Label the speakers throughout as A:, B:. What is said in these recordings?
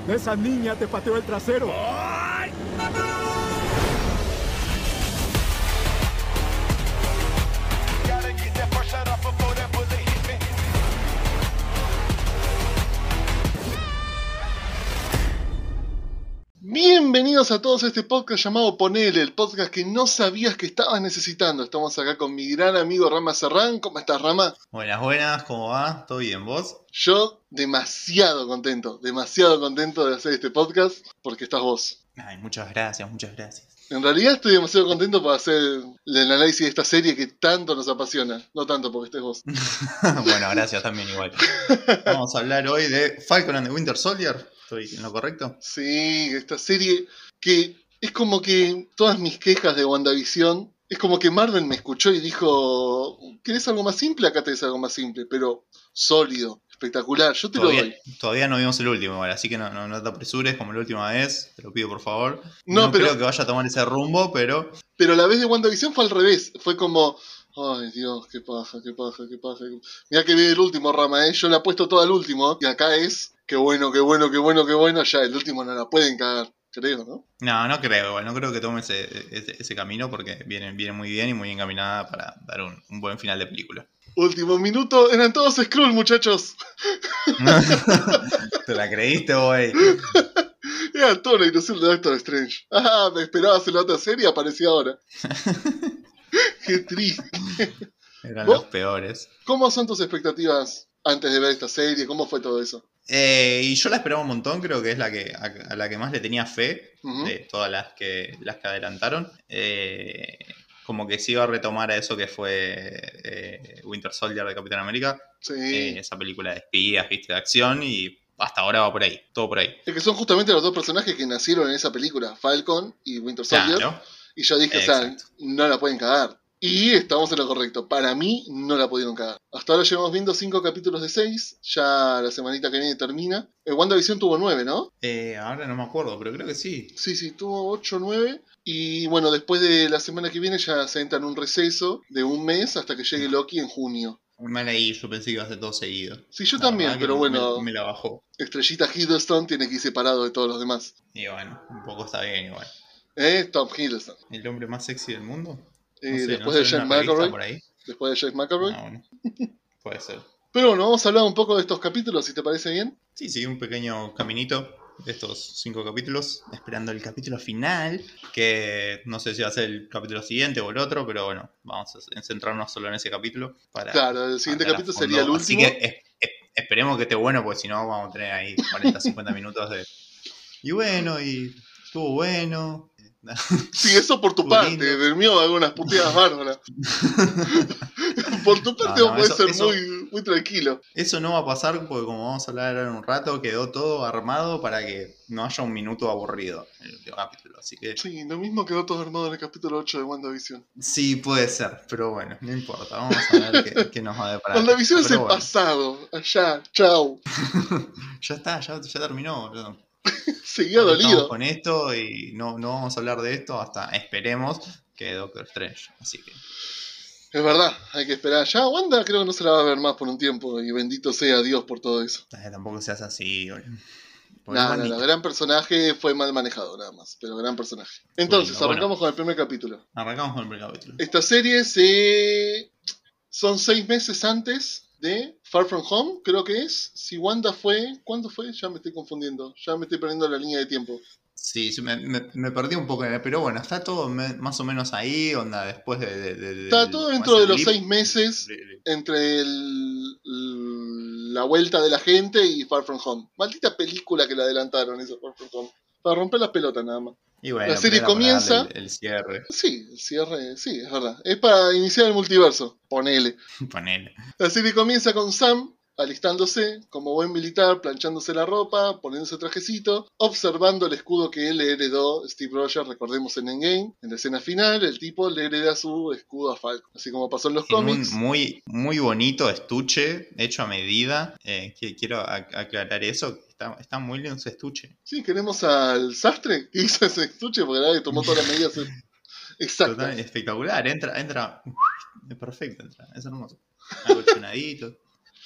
A: Esa niña te pateó el trasero.
B: ¡Ay!
C: Bienvenidos a todos a este podcast llamado Ponele, el podcast que no sabías que estabas necesitando. Estamos acá con mi gran amigo Rama Serrán. ¿Cómo estás, Rama?
D: Buenas, ¿cómo va? ¿Todo bien, vos?
C: Yo demasiado contento de hacer este podcast porque estás vos.
D: Ay, muchas gracias.
C: En realidad estoy demasiado contento por hacer el análisis de esta serie que tanto nos apasiona. No tanto porque estés vos.
D: Bueno, gracias también igual. Vamos a hablar hoy de Falcon and the Winter Soldier. ¿Estoy en lo correcto?
C: Sí, esta serie que es como que todas mis quejas de WandaVision, es como que Marvel me escuchó y dijo, ¿querés algo más simple? Acá tenés algo más simple, pero sólido, espectacular, yo te lo doy.
D: Todavía no vimos el último, igual, así que no te apresures como la última vez, te lo pido por favor.
C: No, pero
D: creo que vaya a tomar ese rumbo, pero...
C: Pero la vez de WandaVision fue al revés, fue como... Ay, Dios, qué paja. Mirá que vi el último, Rama, yo le apuesto todo al último, y acá es... Qué bueno, ya el último no la pueden cagar, creo, ¿no?
D: No creo, igual, no creo que tome ese camino porque viene muy bien y muy encaminada para dar un buen final de película.
C: Último minuto, eran todos Skrull, muchachos.
D: ¿Te la creíste, güey?
C: Era toda la ilusión de Doctor Strange. Ah, me esperabas en la otra serie y apareció ahora. Qué triste.
D: Eran los peores.
C: ¿Cómo son tus expectativas antes de ver esta serie? ¿Cómo fue todo eso?
D: Y yo la esperaba un montón, creo que es a la que más le tenía fe,
C: Uh-huh.
D: de todas las que adelantaron. Como que sí iba a retomar a eso que fue Winter Soldier de Capitán América.
C: Sí.
D: Esa película de espías, viste, de acción, y hasta ahora va por ahí, todo por ahí.
C: Es que son justamente los dos personajes que nacieron en esa película, Falcon y Winter Soldier.
D: Claro.
C: Y yo dije,
D: Exacto.
C: o sea, no la pueden cagar. Y estamos en lo correcto. Para mí, no la pudieron cagar. Hasta ahora llevamos viendo 5 capítulos de 6. Ya la semanita que viene termina. WandaVision tuvo 9, ¿no?
D: Ahora no me acuerdo, pero creo que sí.
C: Sí, tuvo 8 o 9. Y bueno, después de la semana que viene ya se entra en un receso de un mes hasta que llegue Loki en junio.
D: Mal ahí, yo pensé que iba a ser todo seguido.
C: Sí, yo
D: La
C: también,
D: verdad
C: pero
D: que
C: bueno,
D: me la bajó.
C: Estrellita Hiddleston tiene que ir separado de todos los demás.
D: Y bueno, un poco está bien igual.
C: Tom Hiddleston.
D: ¿El hombre más sexy del mundo?
C: Después de Jack McAvoy. Después de Jack McAvoy.
D: Bueno, puede ser.
C: Pero bueno, vamos a hablar un poco de estos capítulos, si te parece bien.
D: Sí, un pequeño caminito de estos 5 capítulos, esperando el capítulo final, que no sé si va a ser el capítulo siguiente o el otro, pero bueno, vamos a centrarnos solo en ese capítulo.
C: Claro, el siguiente capítulo sería el último.
D: Así que esperemos que esté bueno, porque si no vamos a tener ahí 40-50 minutos de... Y bueno, y estuvo bueno...
C: Sí, eso por tu parte,
D: lindo.
C: del mío algunas puteadas bárbaras. Por tu parte puede ser muy tranquilo.
D: Eso no va a pasar porque como vamos a hablar en un rato, quedó todo armado para que no haya un minuto aburrido en el último capítulo, así que...
C: Sí, lo mismo quedó todo armado en el capítulo 8 de WandaVision.
D: Sí, puede ser, pero bueno, no importa, vamos a ver qué nos va a deparar.
C: WandaVision es el pasado, allá, chau.
D: Ya terminó, boludo.
C: Seguía dolido.
D: Estamos con esto y no vamos a hablar de esto hasta esperemos que Doctor Strange, así que...
C: Es verdad, hay que esperar. Ya Wanda creo que no se la va a ver más por un tiempo y bendito sea Dios por todo eso.
D: Tampoco seas así, boludo.
C: No, gran personaje, fue mal manejado nada más, pero gran personaje. Entonces, arrancamos con el primer capítulo.
D: Arrancamos con el primer capítulo.
C: Esta serie son 6 meses antes de Far From Home, creo que es. Si Wanda fue... ¿Cuándo fue? Ya me estoy confundiendo. Ya me estoy perdiendo la línea de tiempo.
D: Sí, me perdí un poco, pero bueno, está todo más o menos ahí, onda, después de
C: está todo dentro de los 6 meses entre la vuelta de la gente y Far From Home. Maldita película que la adelantaron, eso, Far From Home. Para romper las pelotas nada más.
D: Y bueno,
C: la serie comienza...
D: El cierre.
C: Sí, el cierre, sí, es verdad. Es para iniciar el multiverso, ponele. La serie comienza con Sam alistándose como buen militar, planchándose la ropa, poniéndose trajecito, observando el escudo que él le heredó Steve Rogers, recordemos en Endgame. En la escena final, el tipo le hereda su escudo a Falcon, así como pasó en los cómics.
D: Muy bonito estuche, hecho a medida. Quiero aclarar eso. Está muy lindo ese estuche.
C: Sí, queremos al sastre que hizo ese estuche, porque nadie tomó todas las medidas exactas.
D: Espectacular, entra. Perfecto, es hermoso. Algo chonadito.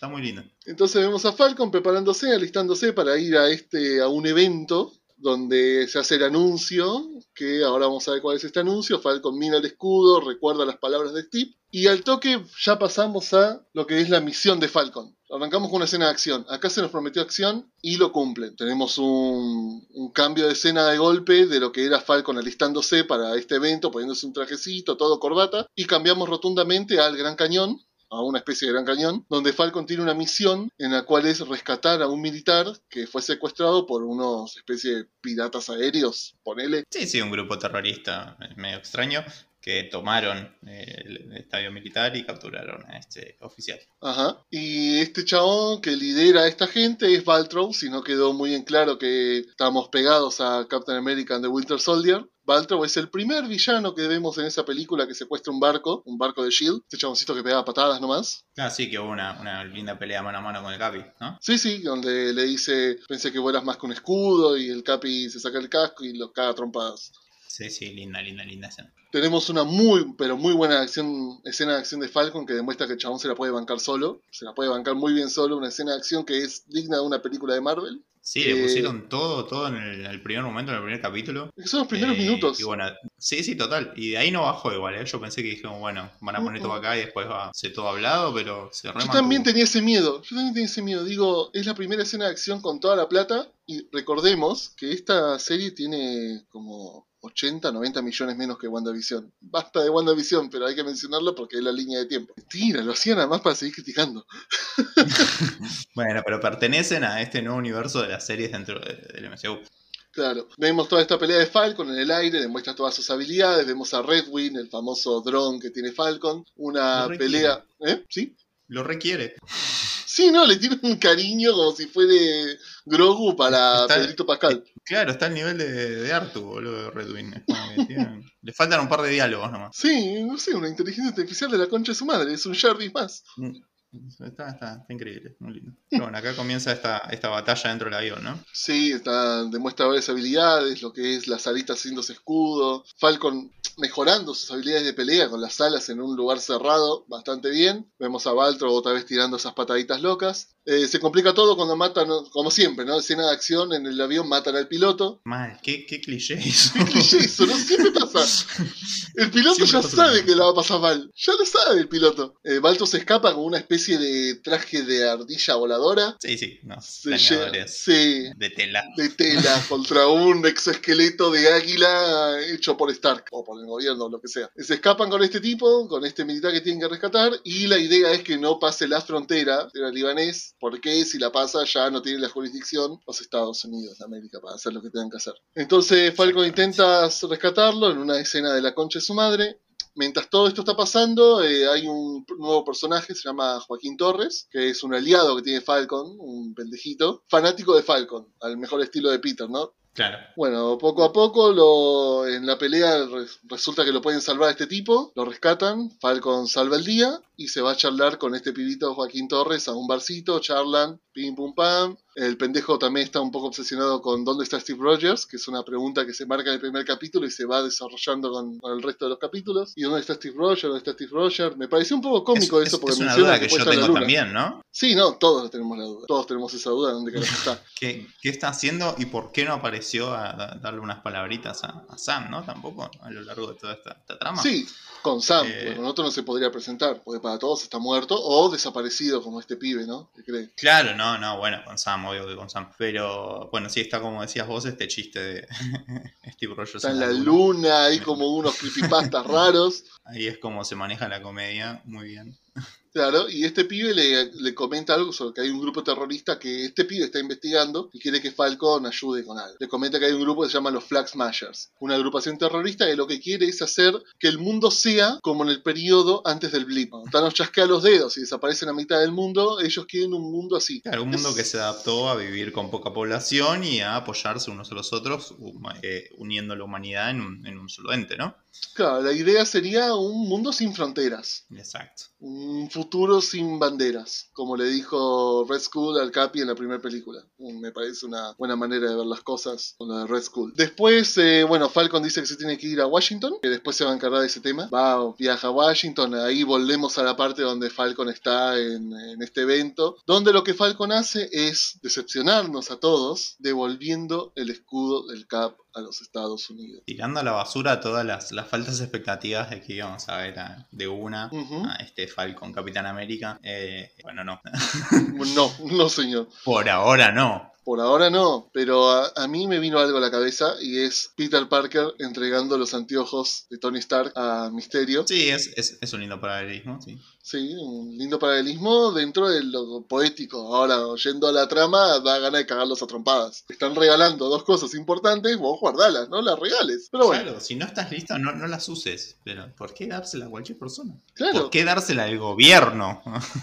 D: Está muy lindo.
C: Entonces vemos a Falcon preparándose, alistándose para ir a un evento donde se hace el anuncio, que ahora vamos a ver cuál es este anuncio. Falcon mira el escudo, recuerda las palabras de Steve, y al toque ya pasamos a lo que es la misión de Falcon. Arrancamos con una escena de acción. Acá se nos prometió acción y lo cumplen. Tenemos un cambio de escena de golpe de lo que era Falcon alistándose para este evento, poniéndose un trajecito, todo corbata, y cambiamos rotundamente al Gran Cañón, a una especie de Gran Cañón, donde Falcon tiene una misión en la cual es rescatar a un militar que fue secuestrado por unos especie de piratas aéreos, ponele.
D: Sí, un grupo terrorista medio extraño que tomaron el estadio militar y capturaron a este oficial.
C: Ajá. Y este chabón que lidera a esta gente es Baltrow, si no quedó muy en claro que estamos pegados a Captain America and the Winter Soldier. Baltrow es el primer villano que vemos en esa película que secuestra un barco de S.H.I.E.L.D., este chaboncito que pegaba patadas nomás.
D: Ah, sí, que hubo una linda pelea mano a mano con el Capi, ¿no?
C: Sí, donde le dice, pensé que vuelas más que un escudo, y el Capi se saca el casco y lo caga a trompadas.
D: Sí, linda escena.
C: Tenemos una muy, pero muy buena escena de acción de Falcon que demuestra que el chabón se la puede bancar solo. Se la puede bancar muy bien solo. Una escena de acción que es digna de una película de Marvel.
D: Sí, le pusieron todo en el primer momento, en el primer capítulo.
C: Son los primeros minutos.
D: Y bueno, sí, total. Y de ahí no bajó igual, ¿eh? Yo pensé que dijeron, bueno, van a poner todo acá y después va a ser todo hablado, pero se remantuvo.
C: Yo también tenía ese miedo. Digo, es la primera escena de acción con toda la plata. Y recordemos que esta serie tiene como 80, 90 millones menos que WandaVision. Basta de WandaVision, pero hay que mencionarlo porque es la línea de tiempo. Mentira, lo hacían nada más para seguir criticando.
D: Bueno, pero pertenecen a este nuevo universo de las series dentro del MCU.
C: Claro, vemos toda esta pelea de Falcon en el aire, demuestra todas sus habilidades, vemos a Redwing, el famoso dron que tiene Falcon, una pelea... ¿Sí?
D: Lo requiere.
C: Sí, no, le tiene un cariño como si fuera Grogu para Pedrito Pascal.
D: Claro, está al nivel de Artu, boludo, de Redwing. Le faltan un par de diálogos nomás.
C: Sí, no sé, una inteligencia artificial de la concha de su madre, es un Jarvis más.
D: Está increíble, muy lindo. Pero bueno, acá comienza esta batalla dentro del avión, ¿no?
C: Sí, demuestra varias habilidades, lo que es las alitas haciéndose escudo, Falcon mejorando sus habilidades de pelea con las alas en un lugar cerrado, bastante bien. Vemos a Baltrow otra vez tirando esas pataditas locas. Se complica todo cuando matan, como siempre, ¿no? Escena de acción en el avión, matan al piloto.
D: Mal, qué cliché eso.
C: ¿Qué cliché eso? No siempre pasa. El piloto siempre ya sabe que la va a pasar mal. Ya lo sabe el piloto. Baltrow se escapa con una especie de traje de ardilla voladora.
D: Sí, no. Planeadores de tela.
C: De tela contra un exoesqueleto de águila hecho por Stark o por el gobierno o lo que sea. Se escapan con este tipo, con este militar que tienen que rescatar, y la idea es que no pase la frontera del libanés, porque si la pasa ya no tiene la jurisdicción los Estados Unidos de América para hacer lo que tengan que hacer. Entonces Falcon intenta rescatarlo en una escena de la concha de su madre. Mientras todo esto está pasando, hay un nuevo personaje, se llama Joaquín Torres, que es un aliado que tiene Falcon, un pendejito, fanático de Falcon, al mejor estilo de Peter, ¿no?
D: Claro.
C: Bueno, poco a poco en la pelea resulta que lo pueden salvar a este tipo, lo rescatan, Falcon salva el día y se va a charlar con este pibito Joaquín Torres a un barcito, charlan, pim pum pam. El pendejo también está un poco obsesionado con ¿dónde está Steve Rogers? Que es una pregunta que se marca en el primer capítulo y se va desarrollando con el resto de los capítulos. ¿Y dónde está Steve Rogers? ¿Dónde está Steve Rogers? Me pareció un poco cómico eso porque
D: es una duda que yo tengo también, ¿no?
C: Sí, no, todos tenemos la duda. Todos tenemos esa duda de dónde carajo está.
D: ¿Qué está haciendo y por qué no apareció a darle unas palabritas a Sam, ¿no? Tampoco a lo largo de toda esta trama.
C: Sí, con Sam. Bueno, otro no se podría presentar, porque para todos está muerto o desaparecido como este pibe, ¿no? ¿Qué cree?
D: Claro, no, bueno, con Sam, obvio que con Sam. Pero, bueno, sí está como decías vos, este chiste de Steve Rogers.
C: Está en la luna, hay como unos creepypastas raros.
D: Ahí es como se maneja la comedia, muy bien.
C: Claro, y este pibe le comenta algo sobre que hay un grupo terrorista que este pibe está investigando y quiere que Falcon ayude con algo. Le comenta que hay un grupo que se llama los Flag Smashers, una agrupación terrorista que lo que quiere es hacer que el mundo sea como en el periodo antes del blip. Cuando Thanos chasquea los dedos y desaparecen a mitad del mundo, ellos quieren un mundo así.
D: Claro, un mundo que se adaptó a vivir con poca población y a apoyarse unos a los otros, uniendo la humanidad en un solo ente, ¿no?
C: Claro, la idea sería un mundo sin fronteras.
D: Exacto.
C: Un un futuro sin banderas, como le dijo Red Skull al Capi en la primera película. Me parece una buena manera de ver las cosas con lo de Red Skull. Después, Falcon dice que se tiene que ir a Washington, que después se va a encargar de ese tema. Viaja a Washington, ahí volvemos a la parte donde Falcon está en este evento, donde lo que Falcon hace es decepcionarnos a todos, devolviendo el escudo del Cap a los Estados Unidos.
D: Tirando a la basura todas las falsas expectativas de que íbamos a ver de una a este Falcon Capitán América. Bueno, no.
C: No, señor.
D: Por ahora no.
C: Por ahora no, pero a mí me vino algo a la cabeza y es Peter Parker entregando los anteojos de Tony Stark a Mysterio.
D: Sí, es un lindo paralelismo, sí.
C: Sí, un lindo paralelismo dentro de lo poético. Ahora, oyendo a la trama, da ganas de cagarlos a trompadas. Están regalando dos cosas importantes, vos guardalas, no las regales. Pero bueno.
D: Claro, si no estás listo, no las uses. Pero ¿por qué dársela a cualquier persona?
C: Claro.
D: ¿Por qué dársela al gobierno?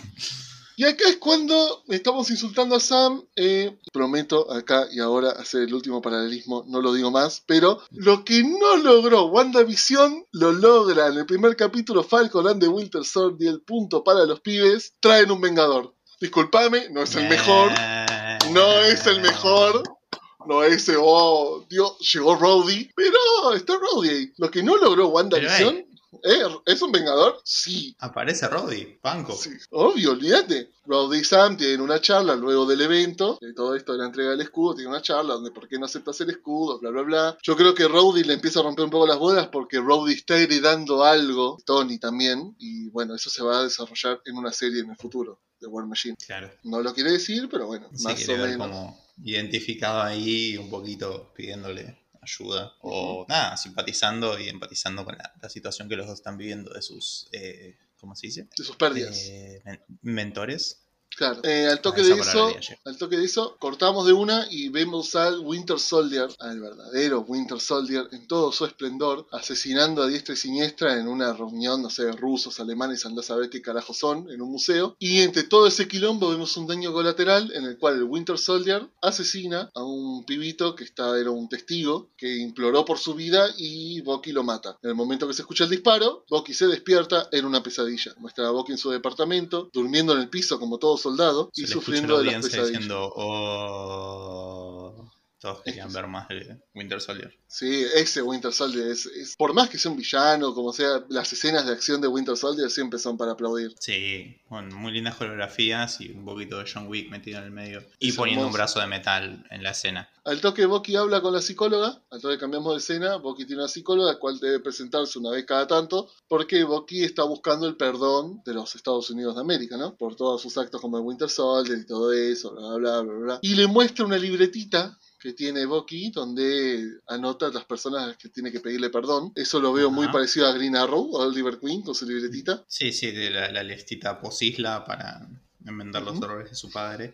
C: Y acá es cuando estamos insultando a Sam. Prometo acá y ahora hacer el último paralelismo, no lo digo más. Pero lo que no logró WandaVision, lo logra en el primer capítulo Falcon and the Winter Soldier. El punto para los pibes. Traen un Vengador. Disculpame, no es el mejor. No es el mejor. No es ese, oh, Dios, llegó Rhodey. Pero está Rhodey ahí. Lo que no logró WandaVision... ¿Es un Vengador? Sí.
D: Aparece Rhodey, banco.
C: Sí, obvio, olvídate. Rhodey y Sam tienen una charla luego del evento, de todo esto de la entrega del escudo, tienen una charla donde por qué no aceptas el escudo, bla, bla, bla. Yo creo que Rhodey le empieza a romper un poco las bolas porque Rhodey está heredando algo, Tony también, y bueno, eso se va a desarrollar en una serie en el futuro de War Machine.
D: Claro.
C: No lo quiere decir, pero bueno,
D: sí,
C: más o menos.
D: Como identificado ahí un poquito pidiéndole ayuda o nada, simpatizando y empatizando con la situación que los dos están viviendo de sus, ¿cómo se dice?
C: De sus pérdidas.
D: Mentores.
C: Claro. Al toque de eso, cortamos de una y vemos al Winter Soldier, al verdadero Winter Soldier, en todo su esplendor, asesinando a diestra y siniestra en una reunión, no sé, rusos, alemanes, andás a ver qué carajo son, en un museo. Y entre todo ese quilombo vemos un daño colateral en el cual el Winter Soldier asesina a un pibito que era un testigo, que imploró por su vida y Bucky lo mata. En el momento que se escucha el disparo, Bucky se despierta en una pesadilla. Muestra a Bucky en su departamento, durmiendo en el piso como todos soldado y sufriendo de las pesadillas.
D: Diciendo, todos querían ver más de Winter Soldier.
C: Sí, ese Winter Soldier es por más que sea un villano, como sea, las escenas de acción de Winter Soldier siempre son para aplaudir.
D: Sí, con muy lindas coreografías y un poquito de John Wick metido en el medio. Y poniendo un brazo de metal en la escena.
C: Al toque Bucky habla con la psicóloga, al toque cambiamos de escena, Bucky tiene una psicóloga, la cual debe presentarse una vez cada tanto, porque Bucky está buscando el perdón de los Estados Unidos de América, ¿no? Por todos sus actos como el Winter Soldier y todo eso, bla, bla, bla, bla. Y le muestra una libretita que tiene Bucky, donde anota a las personas que tiene que pedirle perdón. Eso lo veo muy parecido a Green Arrow, a Oliver Queen, con su libretita.
D: Sí, de la listita posisla para enmendar los errores de su padre.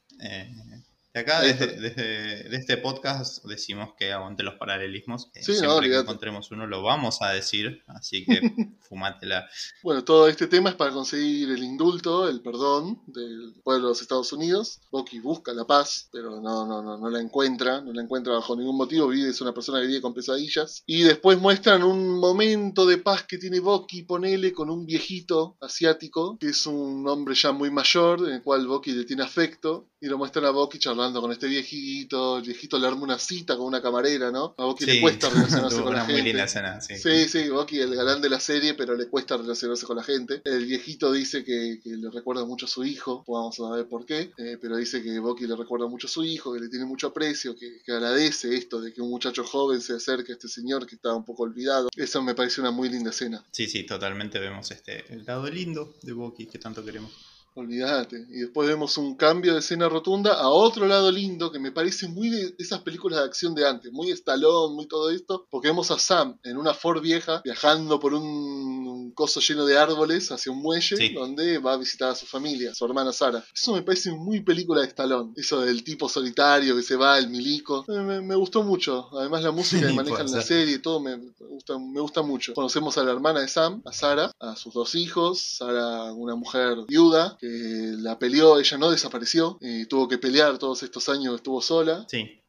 D: Acá, desde este podcast, decimos que aguante los paralelismos.
C: Sí,
D: siempre que encontremos uno lo vamos a decir, así que fumátela.
C: Bueno, todo este tema es para conseguir el indulto, el perdón del pueblo de los Estados Unidos. Bucky busca la paz, pero no la encuentra, bajo ningún motivo. Es una persona que vive con pesadillas. Y después muestran un momento de paz que tiene Bucky, ponele, con un viejito asiático, que es un hombre ya muy mayor, en el cual Bucky le tiene afecto. Y lo muestran a Bucky charlando con este viejito. El viejito le arma una cita con una camarera, ¿no? A Bucky le cuesta relacionarse con la gente. Muy linda escena, sí, Bucky, el galán de la serie, pero le cuesta relacionarse con la gente. El viejito dice que le recuerda mucho a su hijo, vamos a ver por qué, pero dice que Bucky le recuerda mucho a su hijo, que le tiene mucho aprecio, que agradece esto de que un muchacho joven se acerque a este señor que estaba un poco olvidado. Eso me parece una muy linda escena.
D: Sí, totalmente vemos el lado lindo de Bucky que tanto queremos.
C: Olvídate. Y después vemos un cambio de escena rotunda a otro lado lindo que me parece muy de esas películas de acción de antes, muy Stallone, muy todo esto, porque vemos a Sam en una Ford vieja viajando por un coso lleno de árboles hacia un muelle donde va a visitar a su familia, a su hermana Sara. Eso me parece muy película de Stallone, eso del tipo solitario que se va, el milico. Me gustó mucho. Además la música que manejan en la serie y todo me gusta mucho. Conocemos a la hermana de Sam, a Sara, a sus dos hijos, Sara, una mujer viuda que la peleó, ella no desapareció, tuvo que pelear todos estos años, estuvo sola.
D: Sí.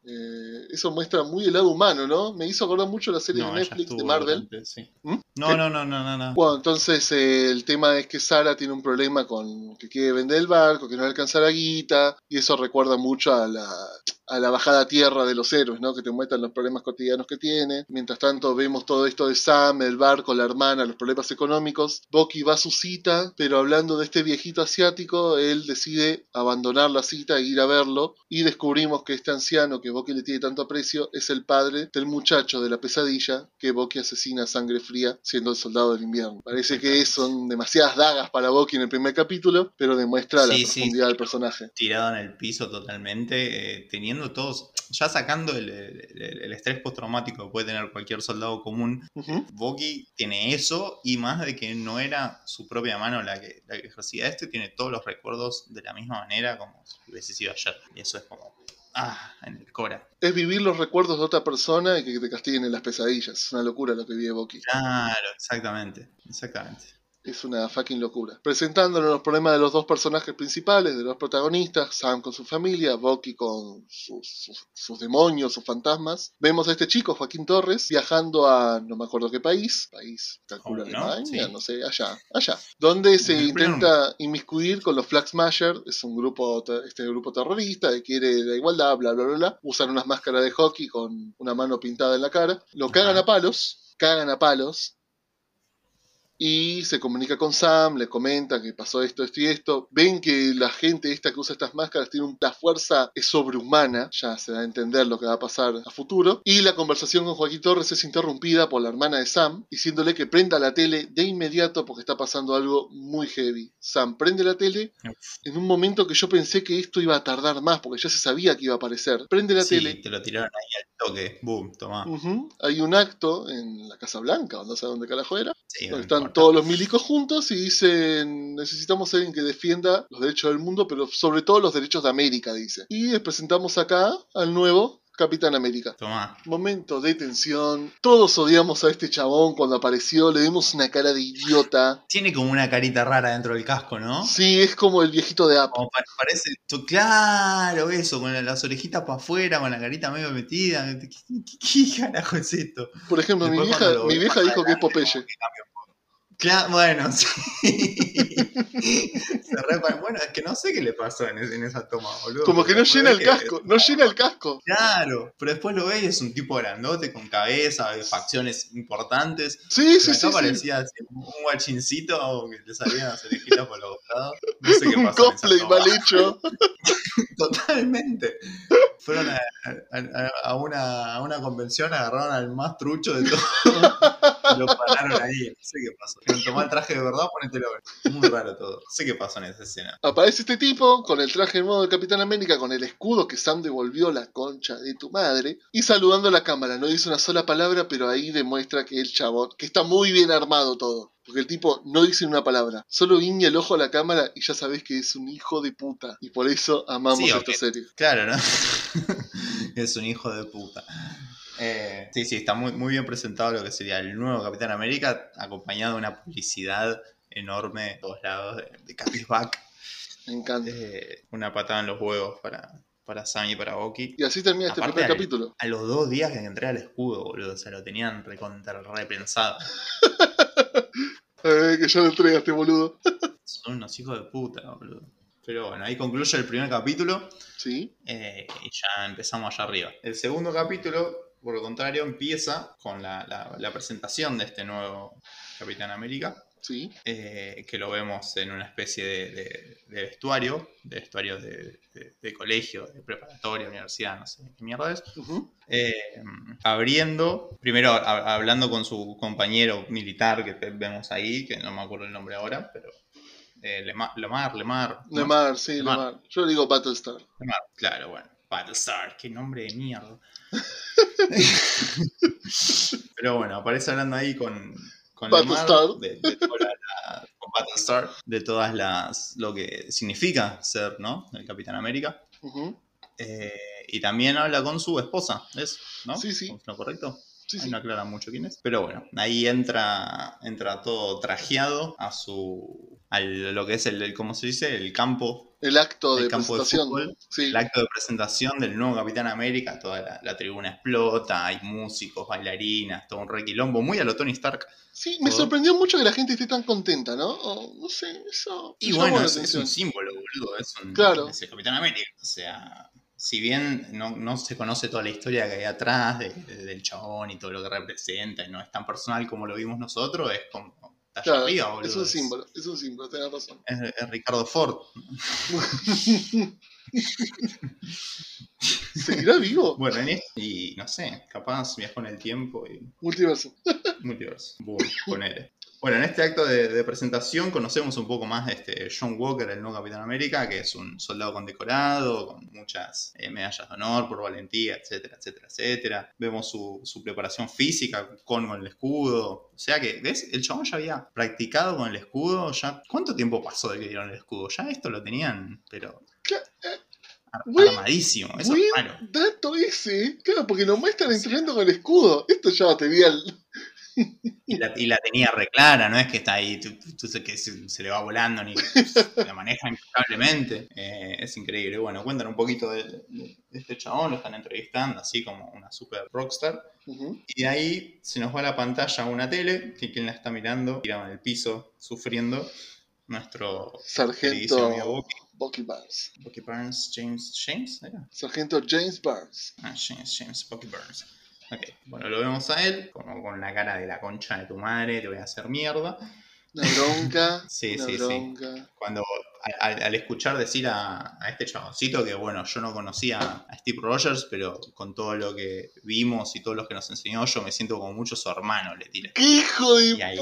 C: Eso muestra muy el lado humano, ¿no? Me hizo acordar mucho la serie de Netflix de Marvel.
D: Sí.
C: ¿Mm?
D: No.
C: Bueno, entonces el tema es que Sarah tiene un problema con que quiere vender el barco, que no le alcanza la guita, y eso recuerda mucho a la bajada a tierra de los héroes, ¿no? Que te muestran los problemas cotidianos que tiene. Mientras tanto vemos todo esto de Sam, el barco, la hermana, los problemas económicos. Bucky va a su cita, pero hablando de este viejito asiático, él decide abandonar la cita e ir a verlo, y descubrimos que este anciano que Bucky le tiene tanto aprecio es el padre del muchacho de la pesadilla que Bucky asesina a sangre fría siendo el soldado del invierno. Parece que son demasiadas dagas para Bucky en el primer capítulo, pero demuestra la profundidad del personaje.
D: Tirado en el piso totalmente, teniendo todos, ya sacando el estrés postraumático que puede tener cualquier soldado común. Bucky tiene eso, y más de que no era su propia mano la que ejercía esto, y tiene todos los recuerdos de la misma manera como si hubiese sido ayer. Y eso es como... en el Cora.
C: Es vivir los recuerdos de otra persona y que te castiguen en las pesadillas. Es una locura lo que vive Bucky.
D: Claro, exactamente.
C: Es una fucking locura. Presentándonos los problemas de los dos personajes principales, de los protagonistas, Sam con su familia, Bucky con sus demonios, sus fantasmas. Vemos a este chico, Joaquín Torres, viajando a no me acuerdo qué país, calcula Alemania, no sé, allá, donde se intenta inmiscuir con los Flag Smasher. Es un grupo terrorista que quiere la igualdad, bla bla bla bla. Usan unas máscaras de hockey con una mano pintada en la cara. Lo cagan a palos. Y se comunica con Sam, le comenta que pasó esto y esto. Ven que la gente esta que usa estas máscaras tiene una fuerza sobrehumana. Ya se da a entender lo que va a pasar a futuro. Y la conversación con Joaquín Torres es interrumpida por la hermana de Sam, diciéndole que prenda la tele de inmediato porque está pasando algo muy heavy. Sam prende la tele en un momento que yo pensé que esto iba a tardar más, porque ya se sabía que iba a aparecer. Prende la tele.
D: Te lo tiraron ahí al toque. Boom, tomá.
C: Hay un acto en la Casa Blanca, o no sé dónde carajo era, donde están
D: importa.
C: todos los milicos juntos y dicen: necesitamos a alguien que defienda los derechos del mundo, pero sobre todo los derechos de América, dice. Y les presentamos acá al nuevo Capitán América.
D: Tomá.
C: Momento de tensión. Todos odiamos a este chabón cuando apareció. Le vemos una cara de idiota.
D: Tiene como una carita rara dentro del casco, ¿no?
C: Sí, es como el viejito de App.
D: Como parece, claro, eso, con las orejitas para afuera, con la carita medio metida. ¿Qué carajo es esto?
C: Por ejemplo, mi vieja dijo que es Popeye.
D: Claro, bueno, sí. Bueno, es que no sé qué le pasó en esa toma, boludo.
C: Como que no llena el casco,
D: Claro, pero después lo ves y es un tipo grandote, con cabeza, de facciones importantes.
C: Sí.
D: Parecía así, un guachincito que le salían las orejitas por los costados. No sé qué pasó.
C: Un cosplay mal hecho.
D: Totalmente. Fueron a una convención, agarraron al más trucho de todos y lo pararon ahí. No sé qué pasó. Tomá el traje de verdad, ponételo. Muy raro todo. No sé qué pasó en esa escena.
C: Aparece este tipo con el traje de modo de Capitán América, con el escudo que Sam devolvió, la concha de tu madre, y saludando a la cámara. No dice una sola palabra, pero ahí demuestra que el chabón, que está muy bien armado todo. Porque el tipo no dice una palabra, solo guiña el ojo a la cámara y ya sabés que es un hijo de puta. Y por eso amamos esta serie.
D: Claro, ¿no? Es un hijo de puta. Sí, está muy, muy bien presentado lo que sería el nuevo Capitán América, acompañado de una publicidad enorme de todos lados de Cap is Back.
C: Me encanta.
D: Una patada en los huevos para Sam y para Bucky.
C: Y así termina este primer capítulo.
D: A los 2 días que entré al escudo, boludo, o sea, lo tenían repensado.
C: Que ya lo entrega este boludo.
D: Son unos hijos de puta, boludo. Pero bueno, ahí concluye el primer capítulo.
C: Sí.
D: Y ya empezamos allá arriba. El segundo capítulo, por el contrario, empieza con la presentación de este nuevo Capitán América.
C: Sí.
D: Que lo vemos en una especie de vestuario. De vestuario de colegio, de preparatoria, universidad, no sé qué mierda es. Abriendo, primero hablando con su compañero militar que vemos ahí, que no me acuerdo el nombre ahora, pero Lemar.
C: Sí, Lemar. Yo digo Battlestar.
D: Lemar, claro, bueno. Battlestar, qué nombre de mierda. Pero bueno, aparece hablando ahí con
C: Battlestar.
D: Lemar, con Battlestar, de todas lo que significa ser, ¿no? El Capitán América. Y también habla con su esposa, ¿es? ¿No?
C: Sí.
D: ¿Es lo correcto?
C: Sí.
D: No aclara mucho quién es. Pero bueno, ahí entra todo trajeado a su lo que es ¿cómo se dice? El campo.
C: El acto de
D: campo
C: presentación.
D: De fútbol,
C: sí.
D: El acto de presentación del nuevo Capitán América. Toda la tribuna explota, hay músicos, bailarinas, todo un requilombo, muy a lo Tony Stark.
C: Sí, me sorprendió mucho que la gente esté tan contenta, ¿no? No sé, eso.
D: Y bueno, es un símbolo, boludo.
C: Claro.
D: Es el Capitán América. O sea, si bien no se conoce toda la historia que hay atrás del chabón y todo lo que representa, y no es tan personal como lo vimos nosotros, es como.
C: Claro,
D: arriba, boludo,
C: es un símbolo, tenés razón.
D: Es Ricardo Ford.
C: ¿Seguirá vivo?
D: Bueno, y no sé, capaz viajó en el tiempo y.
C: Multiverso.
D: Ponele. Bueno, en este acto de presentación conocemos un poco más John Walker, el nuevo Capitán América, que es un soldado condecorado, con muchas medallas de honor por valentía, etcétera, etcétera, etcétera. Vemos su preparación física con el escudo. O sea que, ¿ves? El chabón ya había practicado con el escudo. ¿Cuánto tiempo pasó de que dieron el escudo? Ya esto lo tenían, pero armadísimo. Eso es malo.
C: Dato ese, claro, porque nomás están entrenando con el escudo. Esto ya tenía
D: Y la tenía re clara, no es que está ahí que se le va volando, ni la maneja impecablemente. Es increíble. Bueno, cuentan un poquito de este chabón, lo están entrevistando, así como una super rockstar. Uh-huh. Y de ahí se nos va a la pantalla una tele, que quien la está mirando, tirado en el piso, sufriendo, nuestro
C: sargento Bucky Barnes.
D: Bucky Barnes, James, ¿era?
C: Sargento James Barnes.
D: James Bucky Barnes. Ok, bueno, lo vemos a él, como con la cara de la concha de tu madre, te voy a hacer mierda.
C: Una bronca.
D: Sí. Cuando al escuchar decir a este chaboncito que, bueno, yo no conocía a Steve Rogers, pero con todo lo que vimos y todos los que nos enseñó, yo me siento como mucho su hermano, le tiré.
C: ¡Qué hijo de
D: y ahí,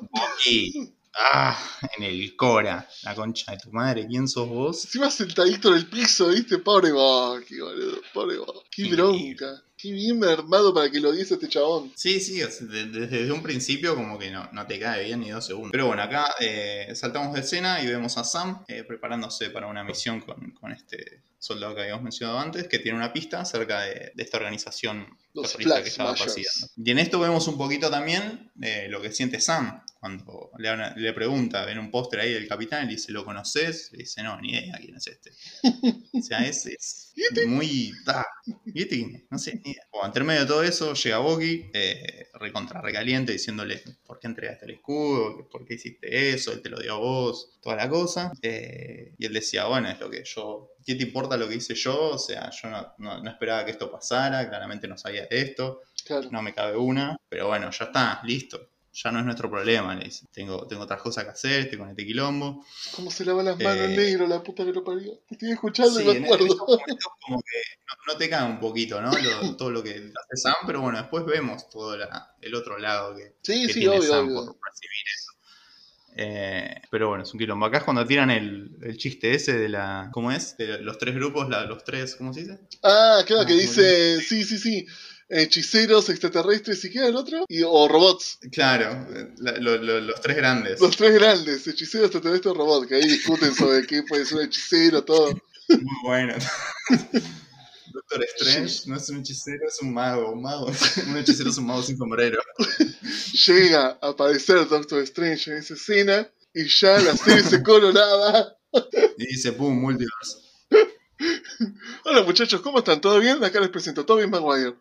D: en el Cora, la concha de tu madre, ¿quién sos vos?
C: Encima sentadito en el piso, ¿viste? Pobre Bucky, boludo, pobre Bucky. Qué bronca. Qué bien armado para que lo diese este chabón.
D: Sí, o sea, desde un principio como que no te cae bien ni 2 segundos. Pero bueno, acá saltamos de escena y vemos a Sam preparándose para una misión con este soldado que habíamos mencionado antes, que tiene una pista acerca de esta organización terrorista que estaba persiguiendo. Y en esto vemos un poquito también lo que siente Sam cuando le pregunta, ven un póster ahí del capitán y le dice, ¿lo conoces? Le dice, no, ni idea quién es este. O sea, es muy... ¿Viste? No sé, ni idea. Bueno, entre medio de todo eso llega Bucky, recaliente, diciéndole, ¿por qué entregaste el escudo? ¿Por qué hiciste eso? Él te lo dio a vos, toda la cosa. Y él decía, bueno, es lo que yo... ¿Qué te importa lo que hice yo? O sea, yo no esperaba que esto pasara, claramente no sabía de esto, claro. No me cabe una, pero bueno, ya está, listo. Ya no es nuestro problema, le dice. Tengo otras cosas que hacer, estoy con este quilombo.
C: ¿Cómo se lava las manos negro, la puta que lo parió? Te estoy escuchando y me acuerdo.
D: En estos momentos como que no te cae un poquito, ¿no? Todo lo que hace Sam, pero bueno, después vemos todo el otro lado que tiene
C: obvio,
D: Sam
C: obvio.
D: por recibir eso. Pero bueno, es un quilombo. Acá es cuando tiran el chiste ese de la... ¿Cómo es? De los 3 grupos, los 3... ¿Cómo se dice?
C: Ah, claro, que dice... Sí. Hechiceros, extraterrestres y ¿qué era el otro? O robots.
D: Claro, los 3 grandes.
C: Los 3 grandes, hechiceros, extraterrestres, robots, que ahí discuten sobre qué puede ser un hechicero, todo.
D: Muy bueno. Doctor Strange no es un hechicero, es un mago. Un hechicero es un mago sin sombrero.
C: Llega a aparecer Doctor Strange en esa escena y ya la serie se coloraba.
D: Y dice, ¡pum! Multiverse.
C: Hola muchachos, ¿cómo están? ¿Todo bien? Acá les presento Tobey Maguire.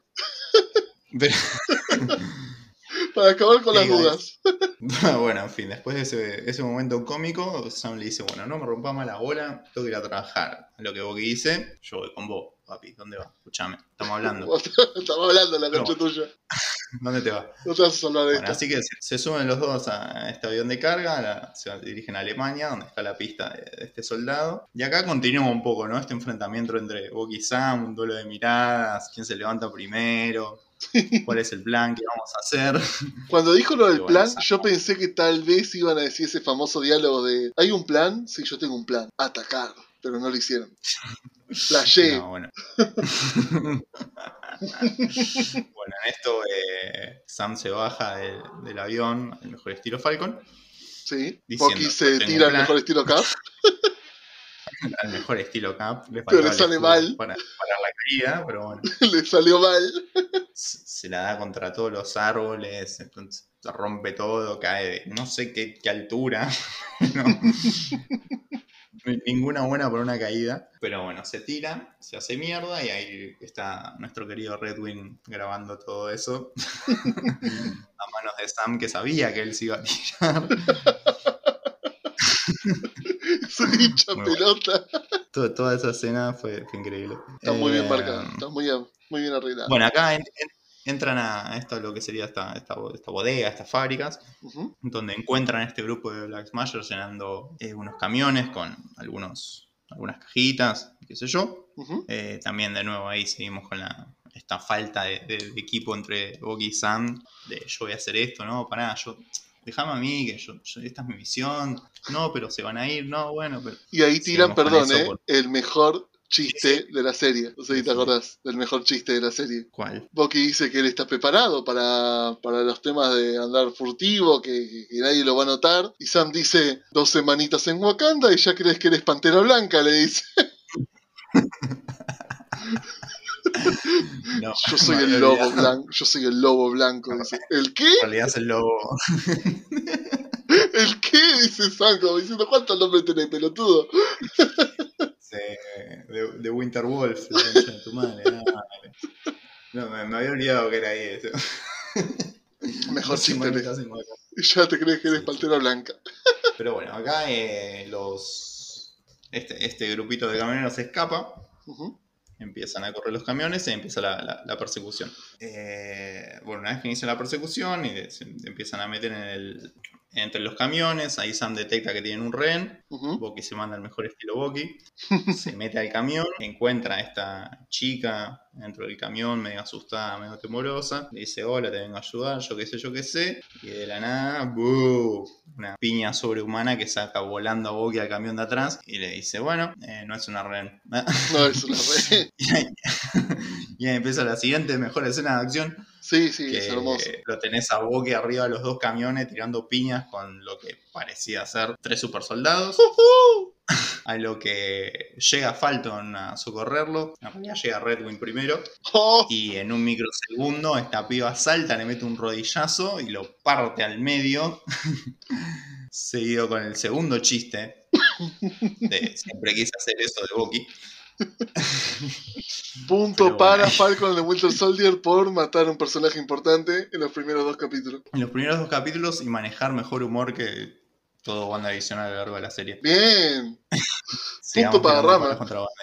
C: Para acabar con las dudas.
D: Bueno, en fin, después de ese momento cómico, Sam le dice, bueno, no me rompa más la bola, tengo que ir a trabajar. Lo que Bucky dice, yo voy con vos, papi, ¿dónde vas? Escuchame, estamos hablando.
C: Estamos hablando la concha tuya.
D: ¿Dónde te vas?
C: No te vas a salvar de esto.
D: Así que se suben los dos a este avión de carga, se dirigen a Alemania, donde está la pista de este soldado. Y acá continúa un poco, ¿no? Este enfrentamiento entre Bucky y Sam, un duelo de miradas, quién se levanta primero. ¿Cuál es el plan que vamos a hacer?
C: Cuando dijo lo del plan, yo pensé que tal vez iban a decir ese famoso diálogo de ¿hay un plan? Sí, yo tengo un plan. Atacar. Pero no lo hicieron. Flashé.
D: No, bueno. Bueno, en esto Sam se baja del avión, el mejor estilo Falcon.
C: Sí. Bucky se tira el mejor estilo Cap.
D: Al mejor estilo Cap.
C: Pero le sale mal.
D: Para la caída, pero bueno.
C: Le salió mal.
D: Se la da contra todos los árboles, entonces se rompe todo, cae de no sé qué altura. No. Ninguna buena por una caída. Pero bueno, se tira, se hace mierda y ahí está nuestro querido Redwing grabando todo eso. A manos de Sam, que sabía que él se iba a tirar.
C: Es un hincha pelota.
D: Bueno. Toda esa escena fue increíble.
C: Está muy bien marcado, está muy bien arreglado.
D: Bueno, acá entran a esto, lo que sería esta bodega, estas fábricas, donde encuentran este grupo de Black Smashers llenando unos camiones con algunas cajitas, qué sé yo. También de nuevo ahí seguimos con esta falta de equipo entre Bucky y Sam, de yo voy a hacer esto, no, pará, déjame a mí, que yo esta es mi misión, no, pero se van a ir, no, bueno, pero...
C: Y ahí tiran, perdón, el mejor chiste de la serie. No sé si te acordás del mejor chiste de la serie.
D: ¿Cuál?
C: Bucky dice que él está preparado para los temas de andar furtivo, que nadie lo va a notar. Y Sam dice, 2 semanitas en Wakanda y ya crees que eres Pantera Blanca, le dice. No, yo soy el lobo blanco. Yo soy el lobo blanco, dice. ¿El qué?
D: En realidad es el lobo.
C: ¿El qué? Dice Sam, como diciendo, ¿cuántos nombres tenés, pelotudo?
D: De Winter Wolf, la concha de tu madre. No, me había olvidado que era ahí eso.
C: Mejor chiste. Y ya te crees que eres Pantera Blanca.
D: Pero bueno, acá este grupito de camioneros se escapa. Empiezan a correr los camiones y empieza la persecución. Bueno, una vez que inicia la persecución y se empiezan a meter entre los camiones, ahí Sam detecta que tienen un rehén. Bucky se manda el mejor estilo Bucky. Se mete al camión, encuentra a esta chica dentro del camión, medio asustada, medio temorosa. Le dice, hola, te vengo a ayudar, yo qué sé. Y de la nada, ¡buu! Una piña sobrehumana que saca volando a Bucky al camión de atrás. Y le dice, bueno, no es una rehén.
C: No es una rehén.
D: Y ahí empieza la siguiente mejor escena de acción.
C: Sí, es hermoso.
D: Lo tenés a Bucky arriba de los 2 camiones tirando piñas con lo que parecía ser 3 super soldados. A lo que llega Falcon a socorrerlo. En realidad llega Redwing primero. Y en un microsegundo esta piba salta, le mete un rodillazo y lo parte al medio. Seguido con el segundo chiste. Siempre quise hacer eso de Bucky.
C: Punto para Falcon de Winter Soldier por matar a un personaje importante en los primeros 2 capítulos.
D: En los primeros 2 capítulos y manejar mejor humor que todo WandaVision a lo largo de la serie.
C: Bien. Punto para Rama.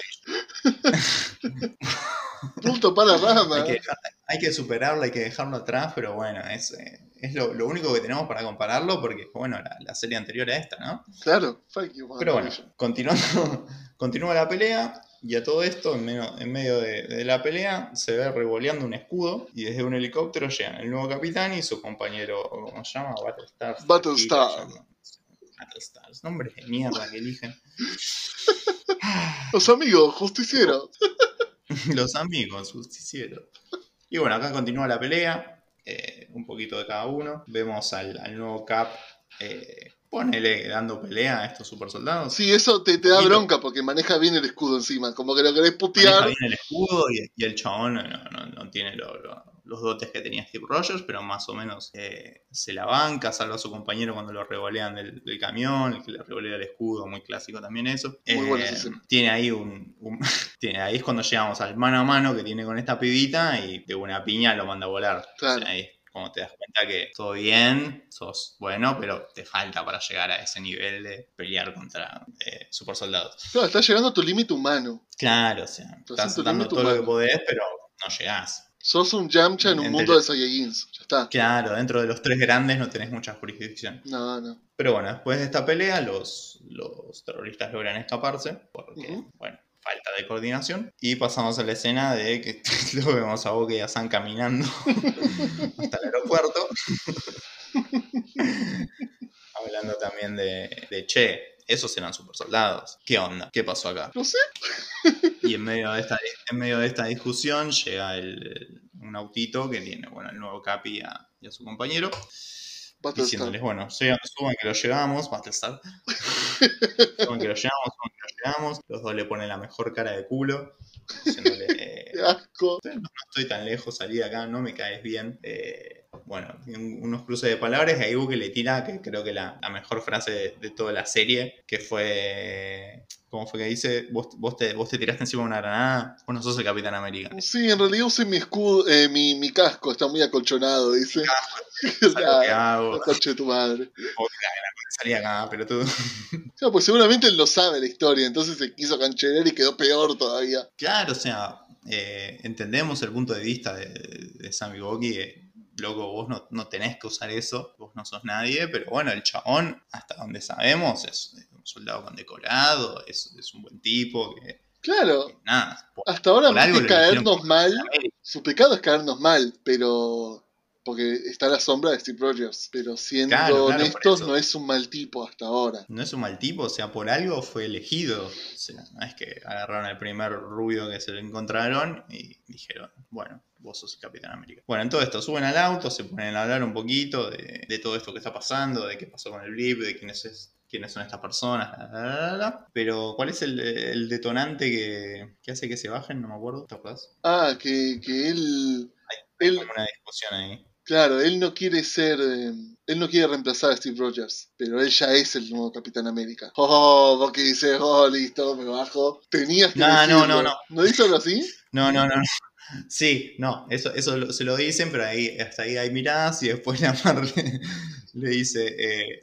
C: Punto para Rama.
D: Hay que superarlo, hay que dejarlo atrás, pero bueno, es lo único que tenemos para compararlo porque, bueno, la serie anterior a esta, ¿no?
C: Claro, fuck you,
D: pero bueno, continúa la pelea. Y a todo esto, en medio de la pelea, se ve revoleando un escudo y desde un helicóptero llegan el nuevo capitán y su compañero, ¿cómo se llama? Battlestars, nombres de mierda que eligen.
C: Los amigos, justicieros.
D: Los amigos, justicieros. Y bueno, acá continúa la pelea, un poquito de cada uno. Vemos al nuevo Cap... ponele dando pelea a estos super soldados.
C: Sí, eso te da bronca porque maneja bien el escudo encima. Como que lo querés putear.
D: Maneja bien el escudo y el chabón no tiene los dotes que tenía Steve Rogers, pero más o menos se la banca, salva a su compañero cuando lo revolean del camión, el que le revolea el escudo, muy clásico también eso.
C: Muy bueno ese.
D: Tiene ahí ahí es cuando llegamos al mano a mano que tiene con esta pibita y de una piña lo manda a volar.
C: Claro.
D: O sea, ahí como te das cuenta que todo bien, sos bueno, pero te falta para llegar a ese nivel de pelear contra super soldados.
C: Claro, estás llegando a tu límite humano.
D: Claro, o sea, estás dando todo lo que podés, pero no llegás.
C: Sos un Yamcha en un mundo de Saiyajins, ya está.
D: Claro, dentro de los 3 grandes no tenés mucha jurisdicción.
C: No.
D: Pero bueno, después de esta pelea, los terroristas logran escaparse, porque, bueno, falta de coordinación. Y pasamos a la escena de que lo vemos a Bucky y a Sam caminando hasta el aeropuerto. Hablando también de che, esos eran super soldados. ¿Qué onda? ¿Qué pasó acá?
C: No sé.
D: Y en medio de esta discusión llega un autito que tiene, bueno, el nuevo Capi y a su compañero. Diciéndoles, bueno, suban que lo llevamos, Battlestar. Suban que lo llevamos. llegamos. Los dos le ponen la mejor cara de culo, diciéndole,
C: ¡Qué asco!
D: no estoy tan lejos, salí de acá, no me caes bien. Bueno, unos cruces de palabras y ahí Bucky le tira, que creo que la mejor frase de toda la serie, que fue... ¿Cómo fue que dice? Vos te tiraste encima de una granada, vos no sos el Capitán América.
C: Sí, en realidad usé mi escudo, mi casco, está muy acolchonado, dice.
D: ¿Sabes lo que hago?
C: Concha de tu madre.
D: Salí acá, pero tú...
C: Claro, pues seguramente él no sabe la historia, entonces se quiso cancherear y quedó peor todavía.
D: Claro, o sea, entendemos el punto de vista de Sam y Bucky. Loco, vos no tenés que usar eso, vos no sos nadie, pero bueno, el chabón, hasta donde sabemos, es un soldado condecorado, es un buen tipo,
C: Claro,
D: nada.
C: hasta ahora más
D: algo
C: que
D: lo
C: caernos mal,
D: América.
C: su pecado es caernos mal, pero... Porque está a la sombra de Steve Rogers, pero siendo
D: Claro,
C: honestos, no es un mal tipo hasta ahora.
D: No es un mal tipo, o sea, por algo fue elegido. O sea, no es que agarraron al primer rubio que se lo encontraron y dijeron, bueno, vos sos el Capitán América. Bueno, en todo esto suben al auto, se ponen a hablar un poquito de todo esto que está pasando, de qué pasó con el blip, de quiénes son estas personas, Pero, ¿cuál es el detonante que hace que se bajen? No me acuerdo, ¿te acordás?
C: Ah, que
D: Hay como una discusión ahí.
C: Claro, él no quiere él no quiere reemplazar a Steve Rogers, pero él ya es el nuevo Capitán América. Vos que dices, listo, me bajo. Tenías que decirlo.
D: No.
C: ¿No dice algo así?
D: No. Sí, no, eso se lo dicen, pero hasta ahí hay miradas y después la Mar le dice,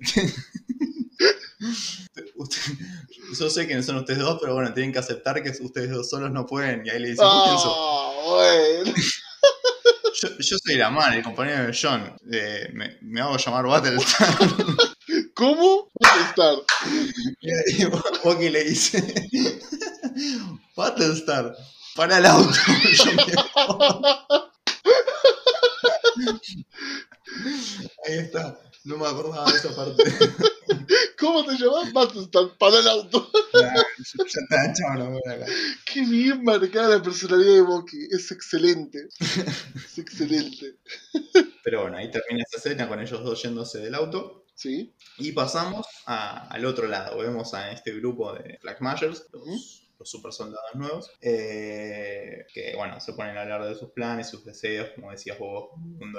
D: yo sé quiénes son ustedes dos, pero bueno, tienen que aceptar que ustedes dos solos no pueden. Y ahí le dicen, ¿vos quién sos?
C: Bueno.
D: Yo soy la Mar, el compañero de John. Me hago llamar Battlestar.
C: ¿Cómo? Battlestar.
D: Y Bucky le dice, Battlestar, para el auto. Ahí está, no me acordaba de esa parte.
C: ¿Cómo te llamas? Battlestar, para el auto.
D: Ya está, chaval, acá.
C: Qué bien marcada la personalidad de Bucky. Es excelente. Es excelente.
D: Pero bueno, ahí termina esta escena con ellos dos yéndose del auto.
C: Sí.
D: Y pasamos al otro lado. Vemos a este grupo de Flag Smashers, los super soldados nuevos, que bueno, se ponen a hablar de sus planes, sus deseos, como decías vos, mundo,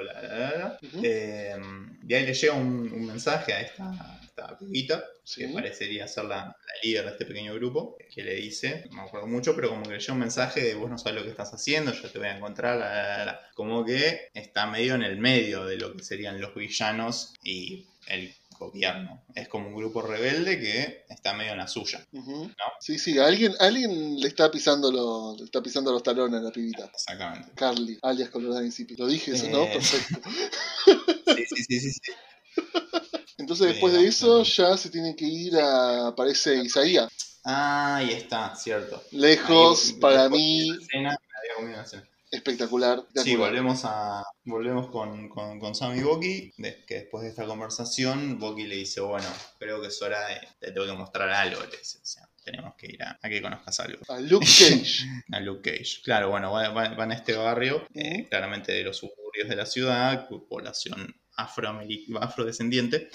D: y ahí le llega un mensaje a esta pibita, que parecería ser la líder de este pequeño grupo, que le dice, no me acuerdo mucho, pero como que le llega un mensaje de vos no sabes lo que estás haciendo, yo te voy a encontrar, como que está medio en el medio de lo que serían los villanos y el gobierno. Es como un grupo rebelde que está medio en la suya. ¿No?
C: Sí, alguien le está pisando los talones a la pibita.
D: Exactamente.
C: Carly, alias Colorado Insipid. Lo dije eso, ¿no? Perfecto.
D: Sí.
C: Entonces después de eso ya se tiene que ir aparece Isaías.
D: Ahí está, cierto.
C: Lejos,
D: ahí,
C: para mí. Espectacular.
D: Sí, volvemos con Sam y Bucky, que después de esta conversación, Bucky le dice, bueno, creo que es hora te tengo que mostrar algo, le dice, o sea, tenemos que ir a que conozcas algo.
C: A Luke Cage.
D: A Luke Cage. Claro, bueno, van a este barrio, claramente de los suburbios de la ciudad, población afrodescendiente.